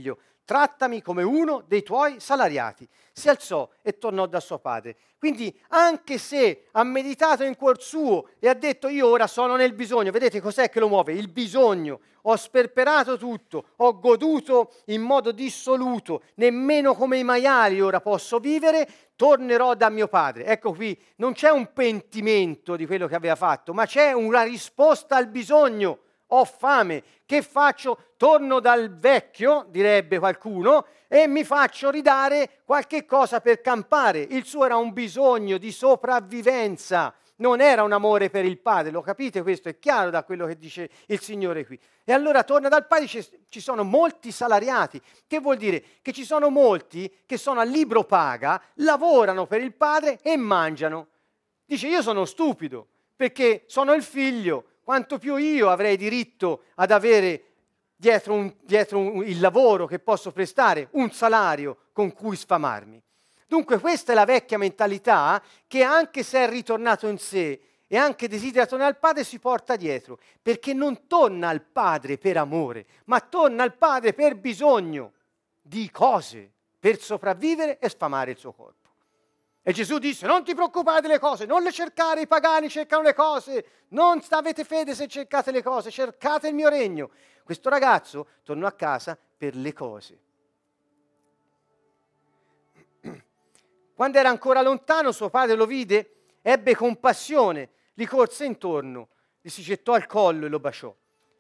trattami come uno dei tuoi salariati. Si alzò e tornò da suo padre. Quindi anche se ha meditato in cuor suo e ha detto io ora sono nel bisogno, vedete cos'è che lo muove? Il bisogno. Ho sperperato tutto, ho goduto in modo dissoluto, nemmeno come i maiali ora posso vivere, tornerò da mio padre. Ecco qui, non c'è un pentimento di quello che aveva fatto, ma c'è una risposta al bisogno. Ho fame, che faccio? Torno dal vecchio, direbbe qualcuno, e mi faccio ridare qualche cosa per campare. Il suo era un bisogno di sopravvivenza, non era un amore per il padre, lo capite questo? È chiaro da quello che dice il Signore qui. E allora torna dal padre e dice, ci sono molti salariati. Che vuol dire? Che ci sono molti che sono a libro paga, lavorano per il padre e mangiano. Dice, io sono stupido, perché sono il figlio, quanto più io avrei diritto ad avere dietro, un, dietro un, il lavoro che posso prestare, un salario con cui sfamarmi. Dunque questa è la vecchia mentalità che anche se è ritornato in sé e anche desidera tornare al padre si porta dietro, perché non torna al padre per amore, ma torna al padre per bisogno di cose, per sopravvivere e sfamare il suo corpo. E Gesù disse, non ti preoccupare delle cose, non le cercare, i pagani cercano le cose, non avete fede se cercate le cose, cercate il mio regno. Questo ragazzo tornò a casa per le cose. Quando era ancora lontano, suo padre lo vide, ebbe compassione, gli corse intorno, gli si gettò al collo e lo baciò.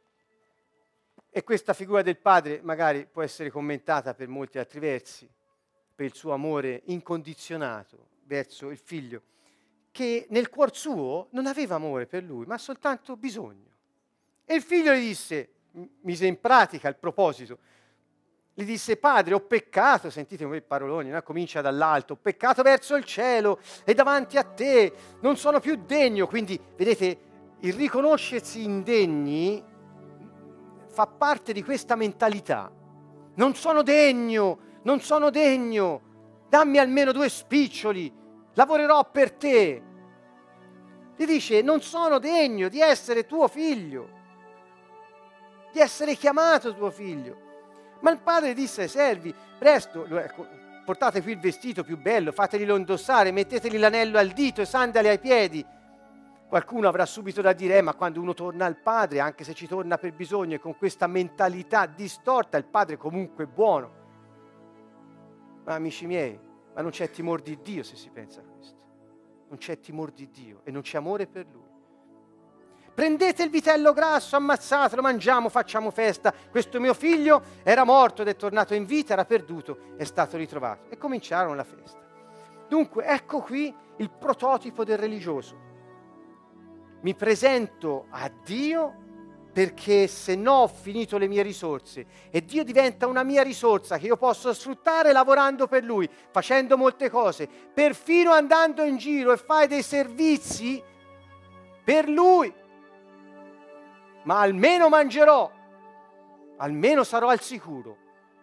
E questa figura del padre magari può essere commentata per molti altri versi, per il suo amore incondizionato verso il figlio, che nel cuor suo non aveva amore per lui, ma soltanto bisogno. E il figlio gli disse, mise in pratica il proposito, gli disse, padre, ho peccato, sentite quei paroloni, no? Comincia dall'alto, ho peccato verso il cielo e davanti a te, non sono più degno. Quindi, vedete, il riconoscersi indegni fa parte di questa mentalità. Non sono degno, non sono degno, dammi almeno due spiccioli, lavorerò per te. Gli dice, non sono degno di essere tuo figlio, di essere chiamato tuo figlio. Ma il padre disse ai servi, presto, portate qui il vestito più bello, fateglielo indossare, metteteli l'anello al dito e sandali ai piedi. Qualcuno avrà subito da dire, eh, ma quando uno torna al padre, anche se ci torna per bisogno e con questa mentalità distorta, il padre comunque è buono. Ma amici miei, ma non c'è timore di Dio se si pensa a questo. Non c'è timore di Dio e non c'è amore per Lui. Prendete il vitello grasso, ammazzatelo, mangiamo, facciamo festa. Questo mio figlio era morto ed è tornato in vita, era perduto, è stato ritrovato. E cominciarono la festa. Dunque, ecco qui il prototipo del religioso. Mi presento a Dio perché se no ho finito le mie risorse e Dio diventa una mia risorsa che io posso sfruttare lavorando per Lui, facendo molte cose, perfino andando in giro e fare dei servizi per Lui. Ma almeno mangerò, almeno sarò al sicuro.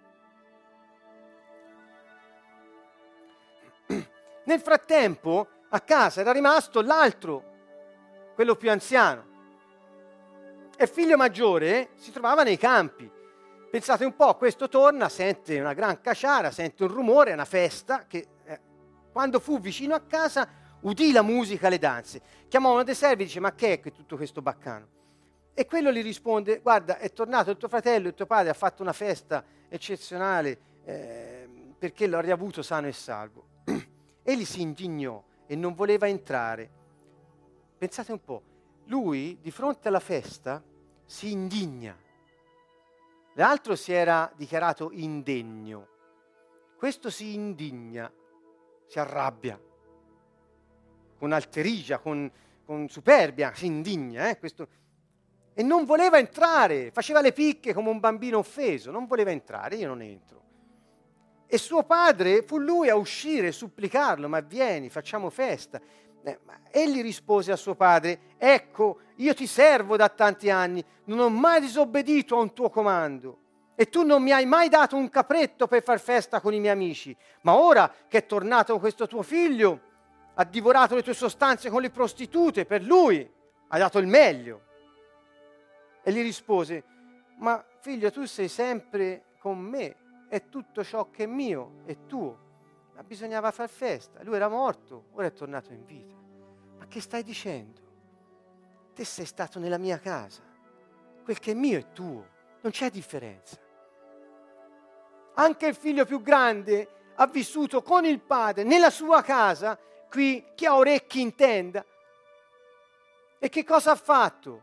Nel frattempo a casa era rimasto l'altro, quello più anziano. E il figlio maggiore si trovava nei campi. Pensate un po', questo torna, sente una gran caciara, sente un rumore, una festa, che eh, quando fu vicino a casa udì la musica, le danze. Chiamò uno dei servi e dice, ma che è tutto questo baccano? E quello gli risponde, guarda, è tornato il tuo fratello, il tuo padre ha fatto una festa eccezionale eh, perché l'ho riavuto sano e salvo. Egli si indignò e non voleva entrare. Pensate un po', lui di fronte alla festa si indigna. L'altro si era dichiarato indegno. Questo si indigna, si arrabbia, con alterigia, con, con superbia, si indigna, eh, questo... E non voleva entrare, faceva le picche come un bambino offeso, non voleva entrare, io non entro. E suo padre fu lui a uscire, supplicarlo, ma vieni, facciamo festa. Eh, ma egli rispose a suo padre, ecco, io ti servo da tanti anni, non ho mai disobbedito a un tuo comando. E tu non mi hai mai dato un capretto per far festa con i miei amici. Ma ora che è tornato questo tuo figlio, ha divorato le tue sostanze con le prostitute, per lui hai dato il meglio. E gli rispose, ma figlio, tu sei sempre con me e tutto ciò che è mio è tuo. Ma bisognava far festa. Lui era morto, ora è tornato in vita. Ma che stai dicendo? Te sei stato nella mia casa. Quel che è mio è tuo. Non c'è differenza. Anche il figlio più grande ha vissuto con il padre nella sua casa. Qui chi ha orecchi intenda. E che cosa ha fatto?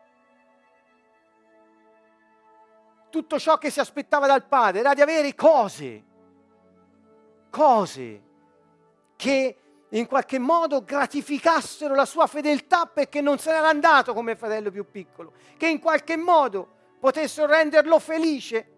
Tutto ciò che si aspettava dal padre era di avere cose, cose che in qualche modo gratificassero la sua fedeltà, perché non se n'era andato come fratello più piccolo, che in qualche modo potessero renderlo felice.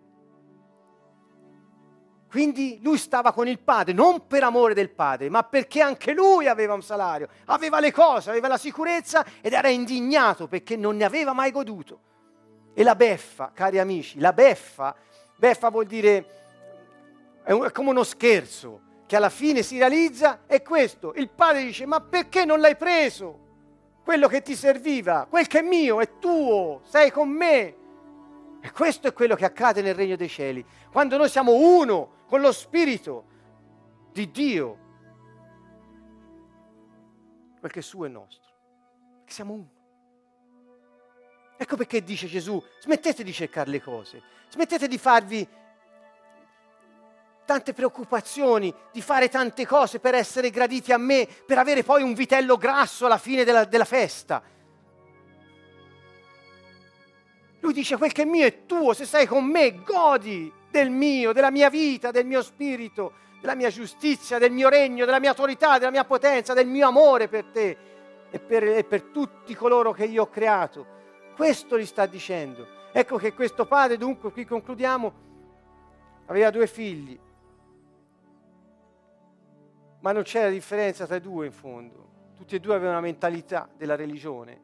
Quindi lui stava con il padre, non per amore del padre, ma perché anche lui aveva un salario, aveva le cose, aveva la sicurezza ed era indignato perché non ne aveva mai goduto. E la beffa, cari amici, la beffa, beffa vuol dire, è, un, è come uno scherzo, che alla fine si realizza, è questo. Il padre dice, ma perché non l'hai preso? Quello che ti serviva, quel che è mio, è tuo, sei con me. E questo è quello che accade nel regno dei cieli, quando noi siamo uno con lo Spirito di Dio. Quel che è suo è nostro, perché siamo uno. Ecco perché dice Gesù, smettete di cercare le cose, smettete di farvi tante preoccupazioni, di fare tante cose per essere graditi a me, per avere poi un vitello grasso alla fine della, della festa. Lui dice, quel che è mio è tuo, se sei con me godi del mio, della mia vita, del mio spirito, della mia giustizia, del mio regno, della mia autorità, della mia potenza, del mio amore per te e per, e per tutti coloro che io ho creato. Questo gli sta dicendo. Ecco che questo padre, dunque, qui concludiamo, aveva due figli, ma non c'era differenza tra i due in fondo. Tutti e due avevano una mentalità della religione.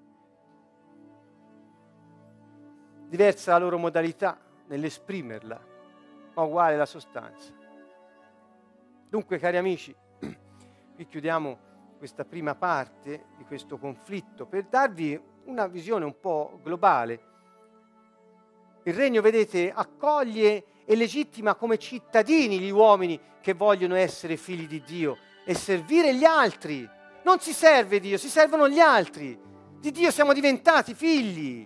Diversa la loro modalità nell'esprimerla, ma uguale la sostanza. Dunque, cari amici, qui chiudiamo questa prima parte di questo conflitto per darvi una visione un po' globale. Il regno, vedete, accoglie e legittima come cittadini gli uomini che vogliono essere figli di Dio e servire gli altri. Non si serve Dio, si servono gli altri. Di Dio siamo diventati figli.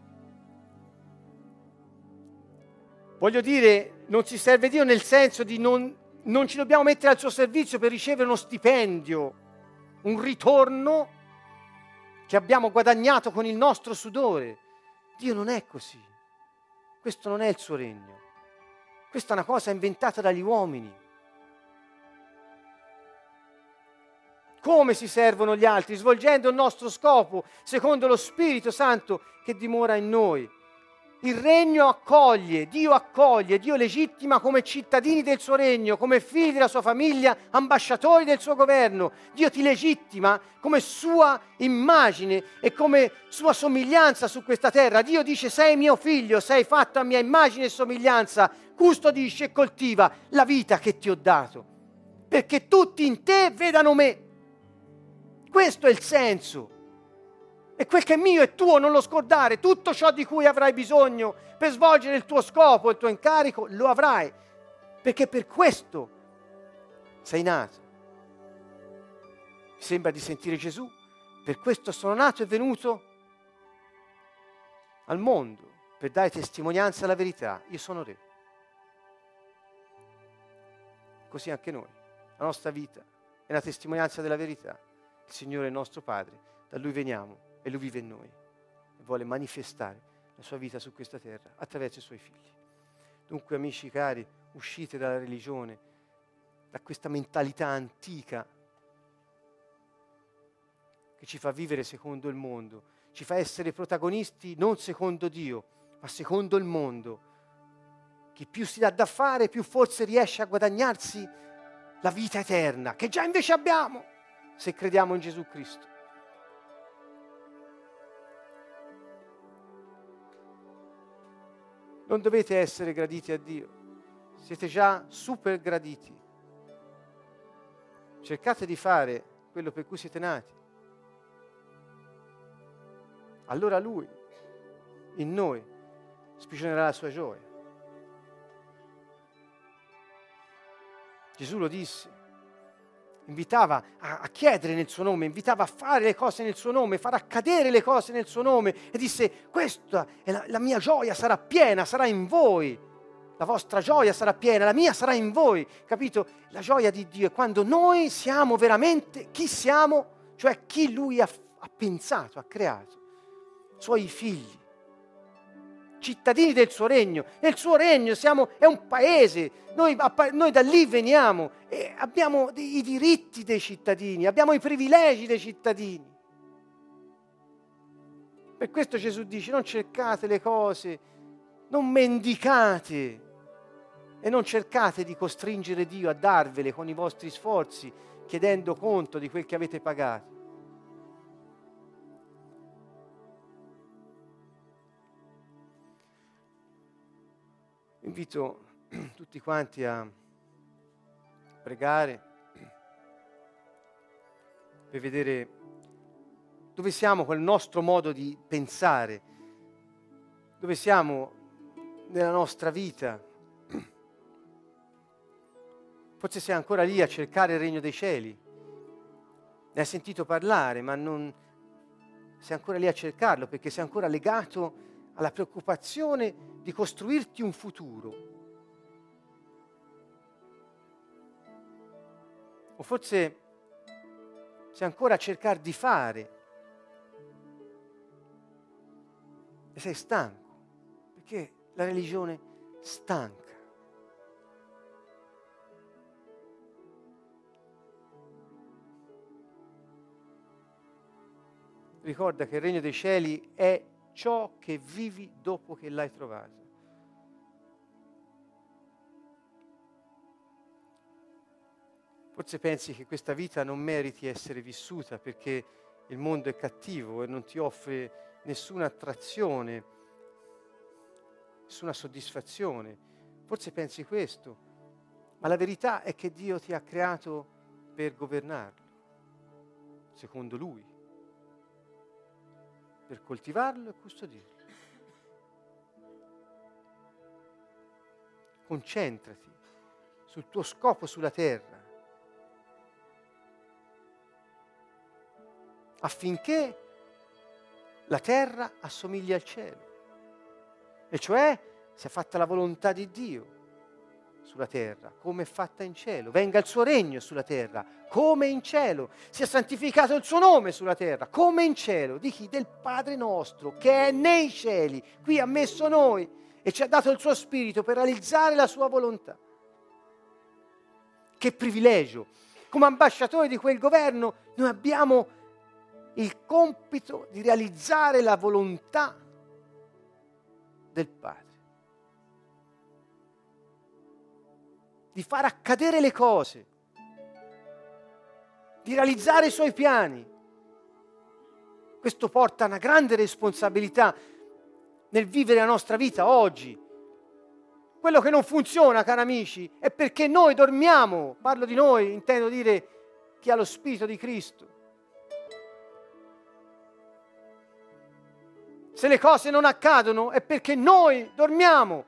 Voglio dire, non ci serve Dio nel senso di non, non ci dobbiamo mettere al suo servizio per ricevere uno stipendio, un ritorno che abbiamo guadagnato con il nostro sudore. Dio non è così. Questo non è il suo regno. Questa è una cosa inventata dagli uomini. Come si servono gli altri? Svolgendo il nostro scopo, secondo lo Spirito Santo che dimora in noi. Il regno accoglie, Dio accoglie, Dio legittima come cittadini del suo regno, come figli della sua famiglia, ambasciatori del suo governo. Dio ti legittima come sua immagine e come sua somiglianza su questa terra. Dio dice, sei mio figlio, sei fatto a mia immagine e somiglianza, custodisci e coltiva la vita che ti ho dato, perché tutti in te vedano me. Questo è il senso. E quel che è mio è tuo, non lo scordare. Tutto ciò di cui avrai bisogno per svolgere il tuo scopo, il tuo incarico, lo avrai. Perché per questo sei nato. Mi sembra di sentire Gesù. Per questo sono nato e venuto al mondo, per dare testimonianza alla verità. Io sono Re. Così anche noi. La nostra vita è la testimonianza della verità. Il Signore è il nostro Padre. Da Lui veniamo. E Lui vive in noi e vuole manifestare la sua vita su questa terra attraverso i suoi figli. Dunque, amici cari, uscite dalla religione, da questa mentalità antica che ci fa vivere secondo il mondo, ci fa essere protagonisti non secondo Dio, ma secondo il mondo. Chi più si dà da fare, più forse riesce a guadagnarsi la vita eterna, che già invece abbiamo, se crediamo in Gesù Cristo. Non dovete essere graditi a Dio, siete già super graditi. Cercate di fare quello per cui siete nati. Allora Lui, in noi, sprigionerà la sua gioia. Gesù lo disse, invitava a, a chiedere nel suo nome, invitava a fare le cose nel suo nome, far accadere le cose nel suo nome, e disse: questa è la, la mia gioia sarà piena, sarà in voi, la vostra gioia sarà piena, la mia sarà in voi, capito? La gioia di Dio è quando noi siamo veramente chi siamo, cioè chi Lui ha, ha pensato, ha creato, suoi figli, cittadini del suo regno. Nel suo regno siamo, è un paese, noi, noi da lì veniamo e abbiamo i diritti dei cittadini, abbiamo i privilegi dei cittadini. Per questo Gesù dice: non cercate le cose, non mendicate e non cercate di costringere Dio a darvele con i vostri sforzi, chiedendo conto di quel che avete pagato. Invito tutti quanti a pregare per vedere dove siamo col nostro modo di pensare, dove siamo nella nostra vita. Forse sei ancora lì a cercare il regno dei cieli, ne hai sentito parlare, ma non sei ancora lì a cercarlo perché sei ancora legato alla preoccupazione di costruirti un futuro. O forse sei ancora a cercare di fare e sei stanco, perché la religione stanca. Ricorda che il regno dei cieli è ciò che vivi dopo che l'hai trovato. Forse pensi che questa vita non meriti essere vissuta perché il mondo è cattivo e non ti offre nessuna attrazione, nessuna soddisfazione. Forse pensi questo, ma la verità è che Dio ti ha creato per governarlo, secondo Lui, per coltivarlo e custodirlo. Concentrati sul tuo scopo sulla terra, affinché la terra assomigli al cielo, e cioè sia fatta la volontà di Dio sulla terra, come è fatta in cielo. Venga il suo regno sulla terra, come in cielo. Sia santificato il suo nome sulla terra, come in cielo. Di chi? Del Padre nostro, che è nei cieli. Qui ha messo noi e ci ha dato il suo spirito per realizzare la sua volontà. Che privilegio! Come ambasciatori di quel governo noi abbiamo il compito di realizzare la volontà del Padre, di far accadere le cose, di realizzare i suoi piani. Questo porta a una grande responsabilità nel vivere la nostra vita oggi. Quello che non funziona, cari amici, è perché noi dormiamo. Parlo di noi, intendo dire chi ha lo Spirito di Cristo. Se le cose non accadono è perché noi dormiamo.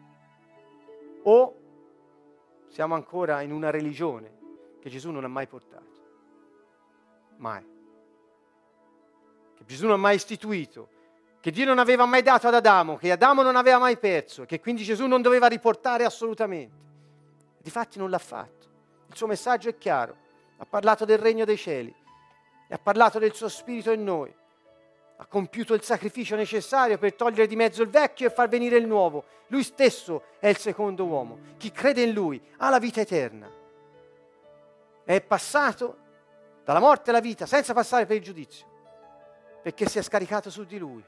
O siamo ancora in una religione che Gesù non ha mai portato. Mai. Che Gesù non ha mai istituito. Che Dio non aveva mai dato ad Adamo. Che Adamo non aveva mai perso. Che quindi Gesù non doveva riportare assolutamente. Difatti non l'ha fatto. Il suo messaggio è chiaro. Ha parlato del regno dei cieli. E ha parlato del suo spirito in noi. Ha compiuto il sacrificio necessario per togliere di mezzo il vecchio e far venire il nuovo. Lui stesso è il secondo uomo. Chi crede in Lui ha la vita eterna. È passato dalla morte alla vita senza passare per il giudizio, perché si è scaricato su di Lui.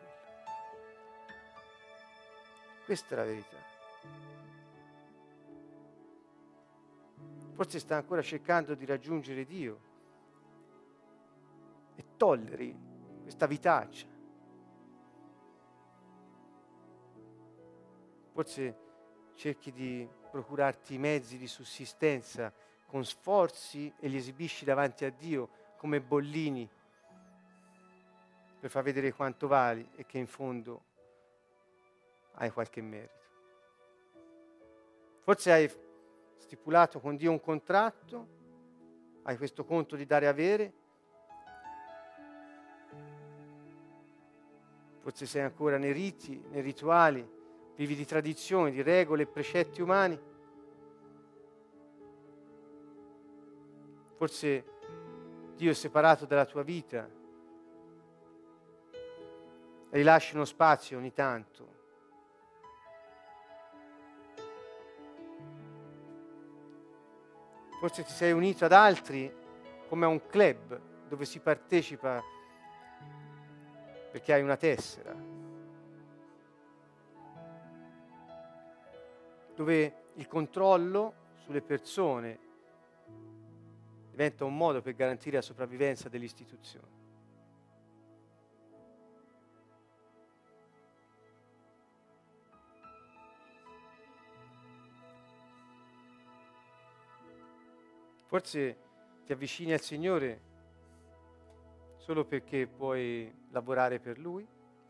Questa è la verità. Forse sta ancora cercando di raggiungere Dio e tolleri questa vitaccia. Forse cerchi di procurarti mezzi di sussistenza con sforzi e li esibisci davanti a Dio come bollini per far vedere quanto vali e che in fondo hai qualche merito. Forse hai stipulato con Dio un contratto, hai questo conto di dare e avere, forse sei ancora nei riti, nei rituali, vivi di tradizioni, di regole e precetti umani, forse Dio è separato dalla tua vita, rilasci uno spazio ogni tanto. Forse ti sei unito ad altri come a un club dove si partecipa perché hai una tessera, dove il controllo sulle persone diventa un modo per garantire la sopravvivenza dell'istituzione. Forse ti avvicini al Signore solo perché puoi lavorare per Lui,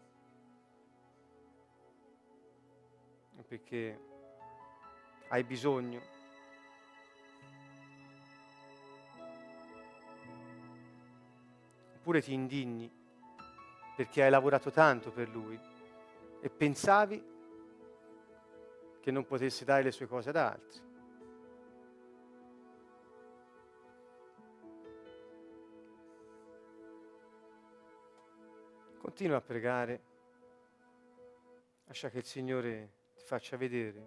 o perché hai bisogno, oppure ti indigni perché hai lavorato tanto per Lui e pensavi che non potesse dare le sue cose ad altri. Continua a pregare, lascia che il Signore ti faccia vedere.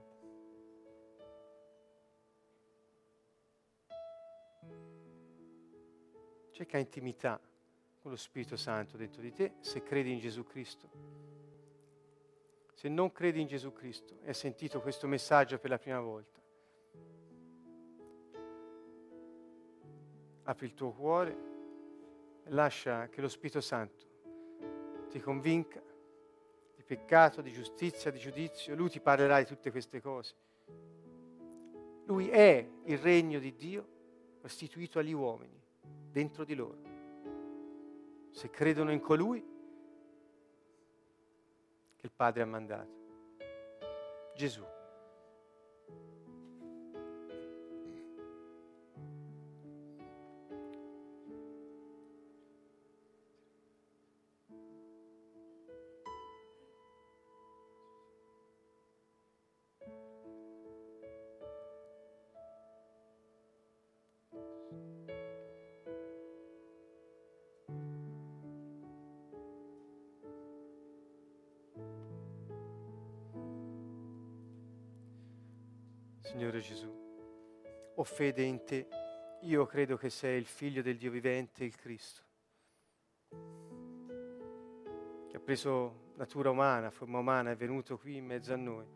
Cerca intimità con lo Spirito Santo dentro di te se credi in Gesù Cristo. Se non credi in Gesù Cristo e hai sentito questo messaggio per la prima volta, apri il tuo cuore e lascia che lo Spirito Santo ti convinca di peccato, di giustizia, di giudizio. Lui ti parlerà di tutte queste cose. Lui è il regno di Dio restituito agli uomini, dentro di loro. Se credono in colui che il Padre ha mandato, Gesù. Signore Gesù, ho fede in te, io credo che sei il Figlio del Dio vivente, il Cristo, che ha preso natura umana, forma umana, è venuto qui in mezzo a noi,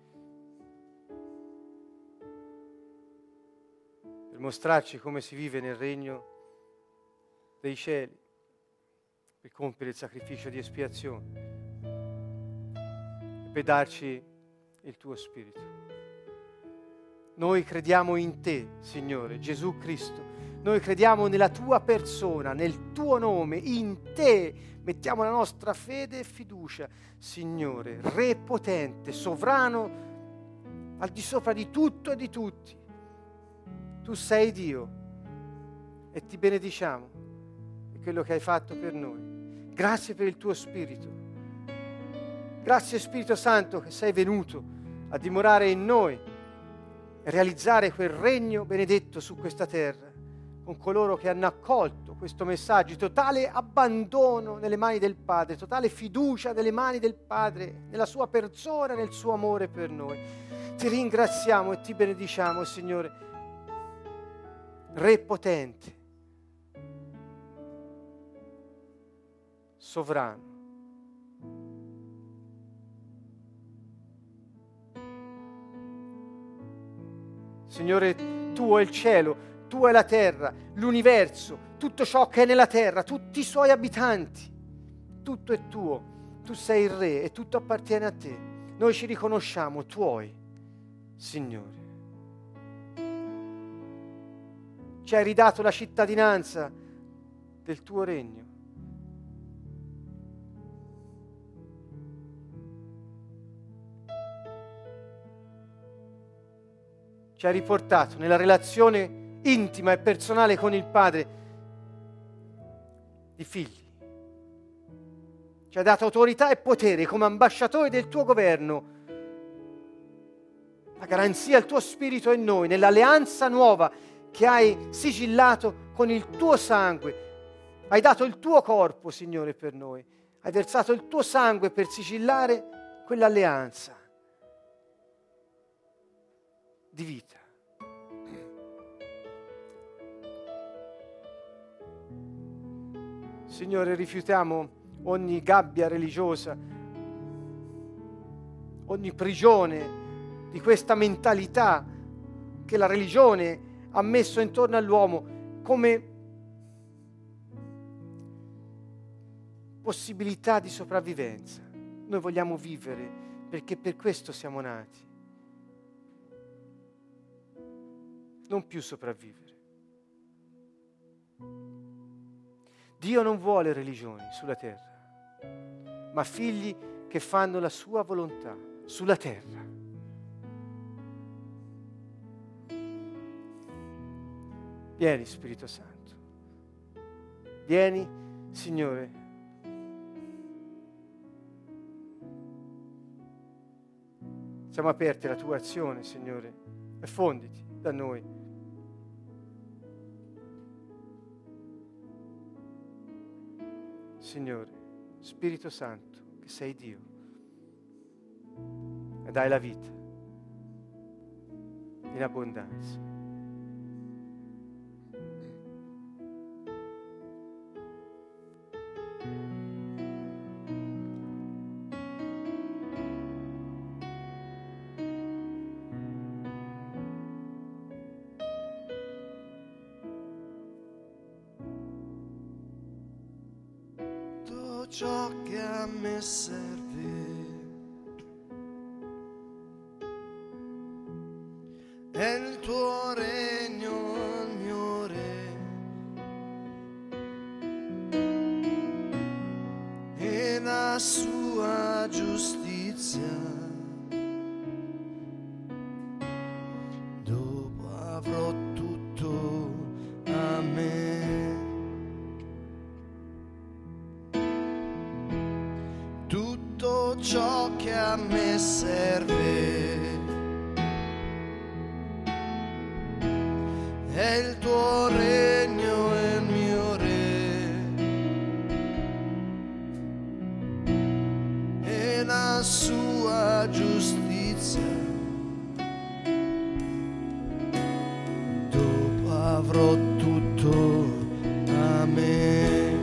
per mostrarci come si vive nel regno dei cieli, per compiere il sacrificio di espiazione, e per darci il tuo Spirito. Noi crediamo in te, Signore, Gesù Cristo. Noi crediamo nella tua persona, nel tuo nome, in te. Mettiamo la nostra fede e fiducia, Signore, Re potente, sovrano, al di sopra di tutto e di tutti. Tu sei Dio e ti benediciamo per quello che hai fatto per noi. Grazie per il tuo Spirito. Grazie Spirito Santo che sei venuto a dimorare in noi, realizzare quel regno benedetto su questa terra con coloro che hanno accolto questo messaggio, totale abbandono nelle mani del Padre, totale fiducia nelle mani del Padre, nella sua persona, nel suo amore per noi. Ti ringraziamo e ti benediciamo, Signore, Re potente, sovrano. Signore, tuo è il cielo, tuo è la terra, l'universo, tutto ciò che è nella terra, tutti i suoi abitanti. Tutto è tuo, tu sei il Re e tutto appartiene a te. Noi ci riconosciamo tuoi, Signore. Ci hai ridato la cittadinanza del tuo regno. ci ha riportato nella relazione intima e personale con il Padre di figli. Ci ha dato autorità e potere come ambasciatori del tuo governo. La garanzia, il tuo spirito in noi, nell'alleanza nuova che hai sigillato con il tuo sangue. Hai dato il tuo corpo, Signore, per noi. Hai versato il tuo sangue per sigillare quell'alleanza di vita. Signore, rifiutiamo ogni gabbia religiosa, ogni prigione di questa mentalità che la religione ha messo intorno all'uomo come possibilità di sopravvivenza. Noi vogliamo vivere perché per questo siamo nati, non più sopravvivere. Dio non vuole religioni sulla terra, ma figli che fanno la sua volontà sulla terra. Vieni, Spirito Santo. Vieni, Signore. Siamo aperti alla tua azione, Signore. Effonditi da noi. Signore, Spirito Santo, che sei Dio e dai la vita in abbondanza. Ciò che a me serve è il tuo regno, il mio re, e la sua giustizia. Dopo avrò tutto a me. Ciò che a me serve è il tuo regno e il mio re, e la sua giustizia. Dopo avrò tutto a me.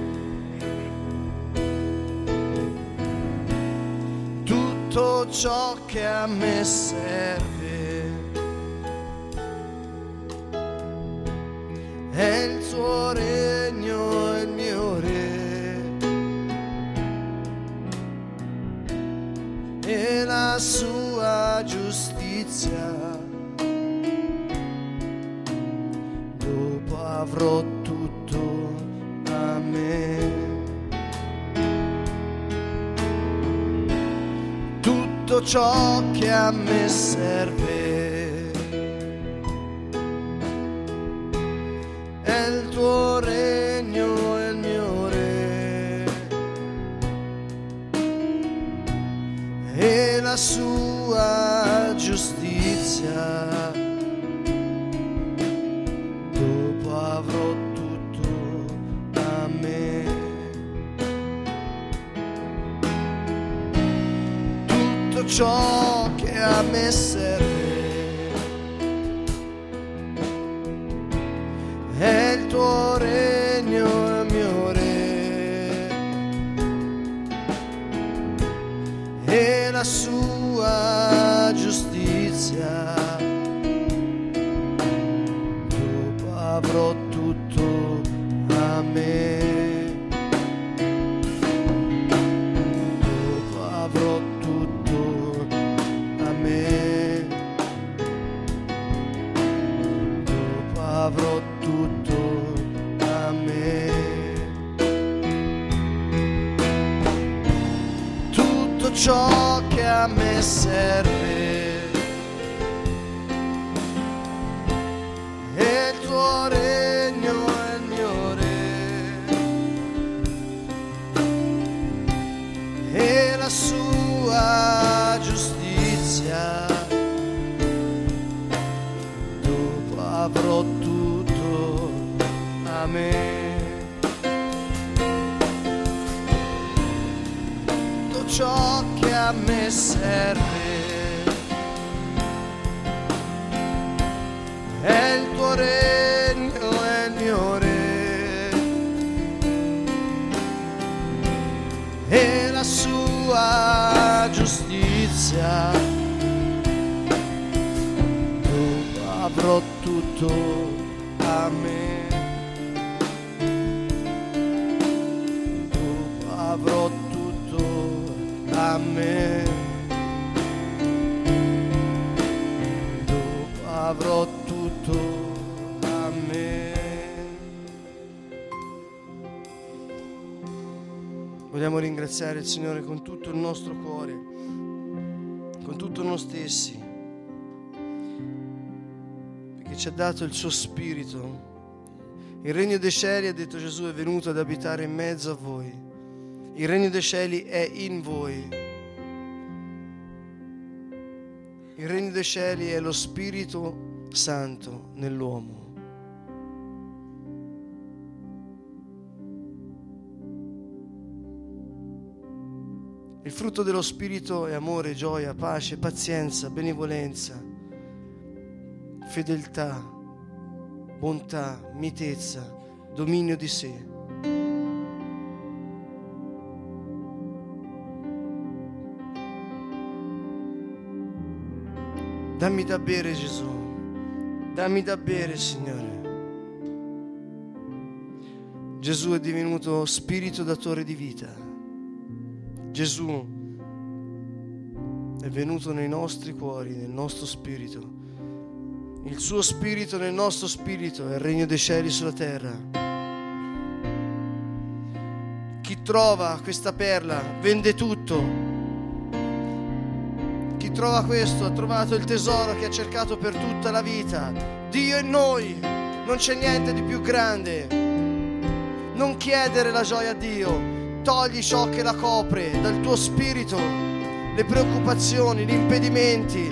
Tutto ciò che a me serve è il tuo regno e il mio re, e la sua giustizia. Dopo avrò tutto a me. Tutto ciò che a me serve è il tuo regno e il mio re, e la sua giustizia. Dopo avrò tutto a me. Tutto ciò che a me serve è il tuo regno e il mio re, e la sua giustizia. Dopo avrò tutto a me. Dopo avrò tutto a me. Dopo avrò tutto a me. Tutto ciò che a me serve ciò che a me serve. È il tuo regno, è il mio re, e la sua giustizia. Io avrò tutto a me, io avrò tutto a me, io avrò tutto a me. Vogliamo ringraziare il Signore con tutto il nostro cuore, con tutto noi stessi, perché ci ha dato il suo spirito. Il regno dei cieli, ha detto Gesù, è venuto ad abitare in mezzo a voi. Il regno dei cieli è in voi. Il regno dei cieli è lo Spirito Santo nell'uomo. Il frutto dello Spirito è amore, gioia, pace, pazienza, benevolenza, fedeltà, bontà, mitezza, dominio di sé. Dammi da bere, Gesù, dammi da bere, Signore. Gesù è divenuto spirito datore di vita. Gesù è venuto nei nostri cuori, nel nostro spirito. Il suo spirito nel nostro spirito è il regno dei cieli sulla terra. Chi trova questa perla vende tutto. Chi trova questo ha trovato il tesoro che ha cercato per tutta la vita. Dio e noi, non c'è niente di più grande. Non chiedere la gioia a Dio. Togli ciò che la copre dal tuo spirito, le preoccupazioni, gli impedimenti,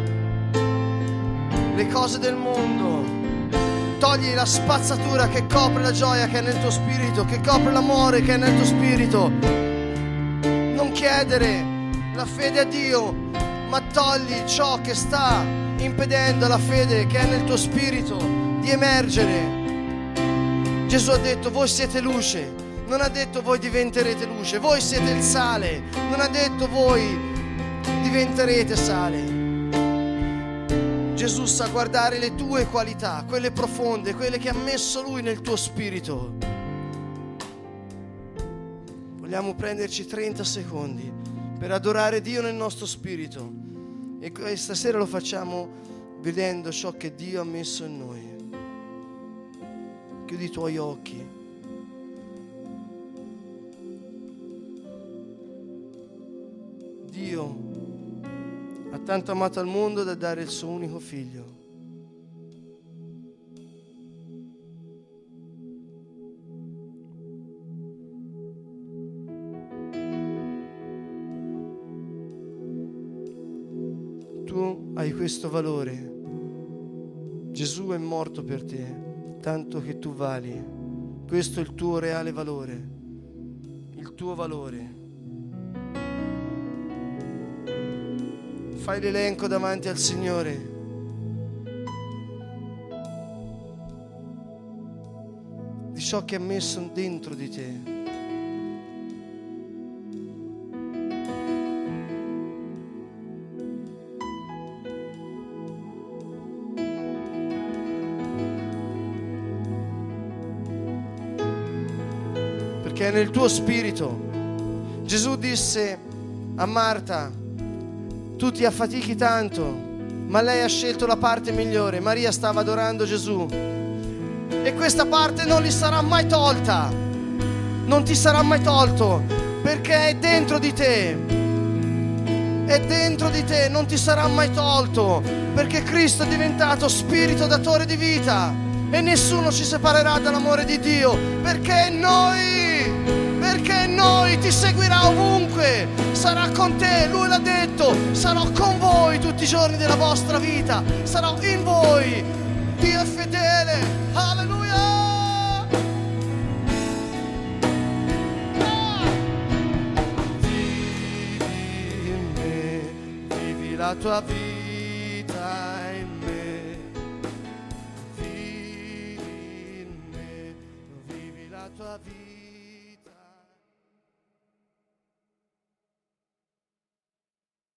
le cose del mondo. Togli la spazzatura che copre la gioia che è nel tuo spirito, che copre l'amore che è nel tuo spirito. Non chiedere la fede a Dio, ma togli ciò che sta impedendo alla fede che è nel tuo spirito di emergere. Gesù ha detto: voi siete luce. Non ha detto voi diventerete luce, voi siete il sale. Non ha detto voi diventerete sale. Gesù sa guardare le tue qualità, quelle profonde, quelle che ha messo Lui nel tuo spirito. Vogliamo prenderci trenta secondi per adorare Dio nel nostro spirito. E questa sera lo facciamo vedendo ciò che Dio ha messo in noi. Chiudi i tuoi occhi. Dio ha tanto amato al mondo da dare il suo unico figlio. Tu hai questo valore. Gesù è morto per te, tanto che tu vali. Questo è il tuo reale valore, il tuo valore. Fai l'elenco davanti al Signore. Di ciò che ha messo dentro di te. Perché è nel tuo spirito. Gesù disse a Marta: tu ti affatichi tanto, ma lei ha scelto la parte migliore. Maria stava adorando Gesù e questa parte non gli sarà mai tolta, non ti sarà mai tolto, perché è dentro di te, è dentro di te, non ti sarà mai tolto, perché Cristo è diventato spirito datore di vita e nessuno ci separerà dall'amore di Dio, perché noi perché noi ti seguirà ovunque, sarà con te. Lui l'ha detto: sarò con voi tutti i giorni della vostra vita, sarò in voi. Dio è fedele, alleluia. Ah! Ti la tua vita in me, vivi in me, vivi la tua vita.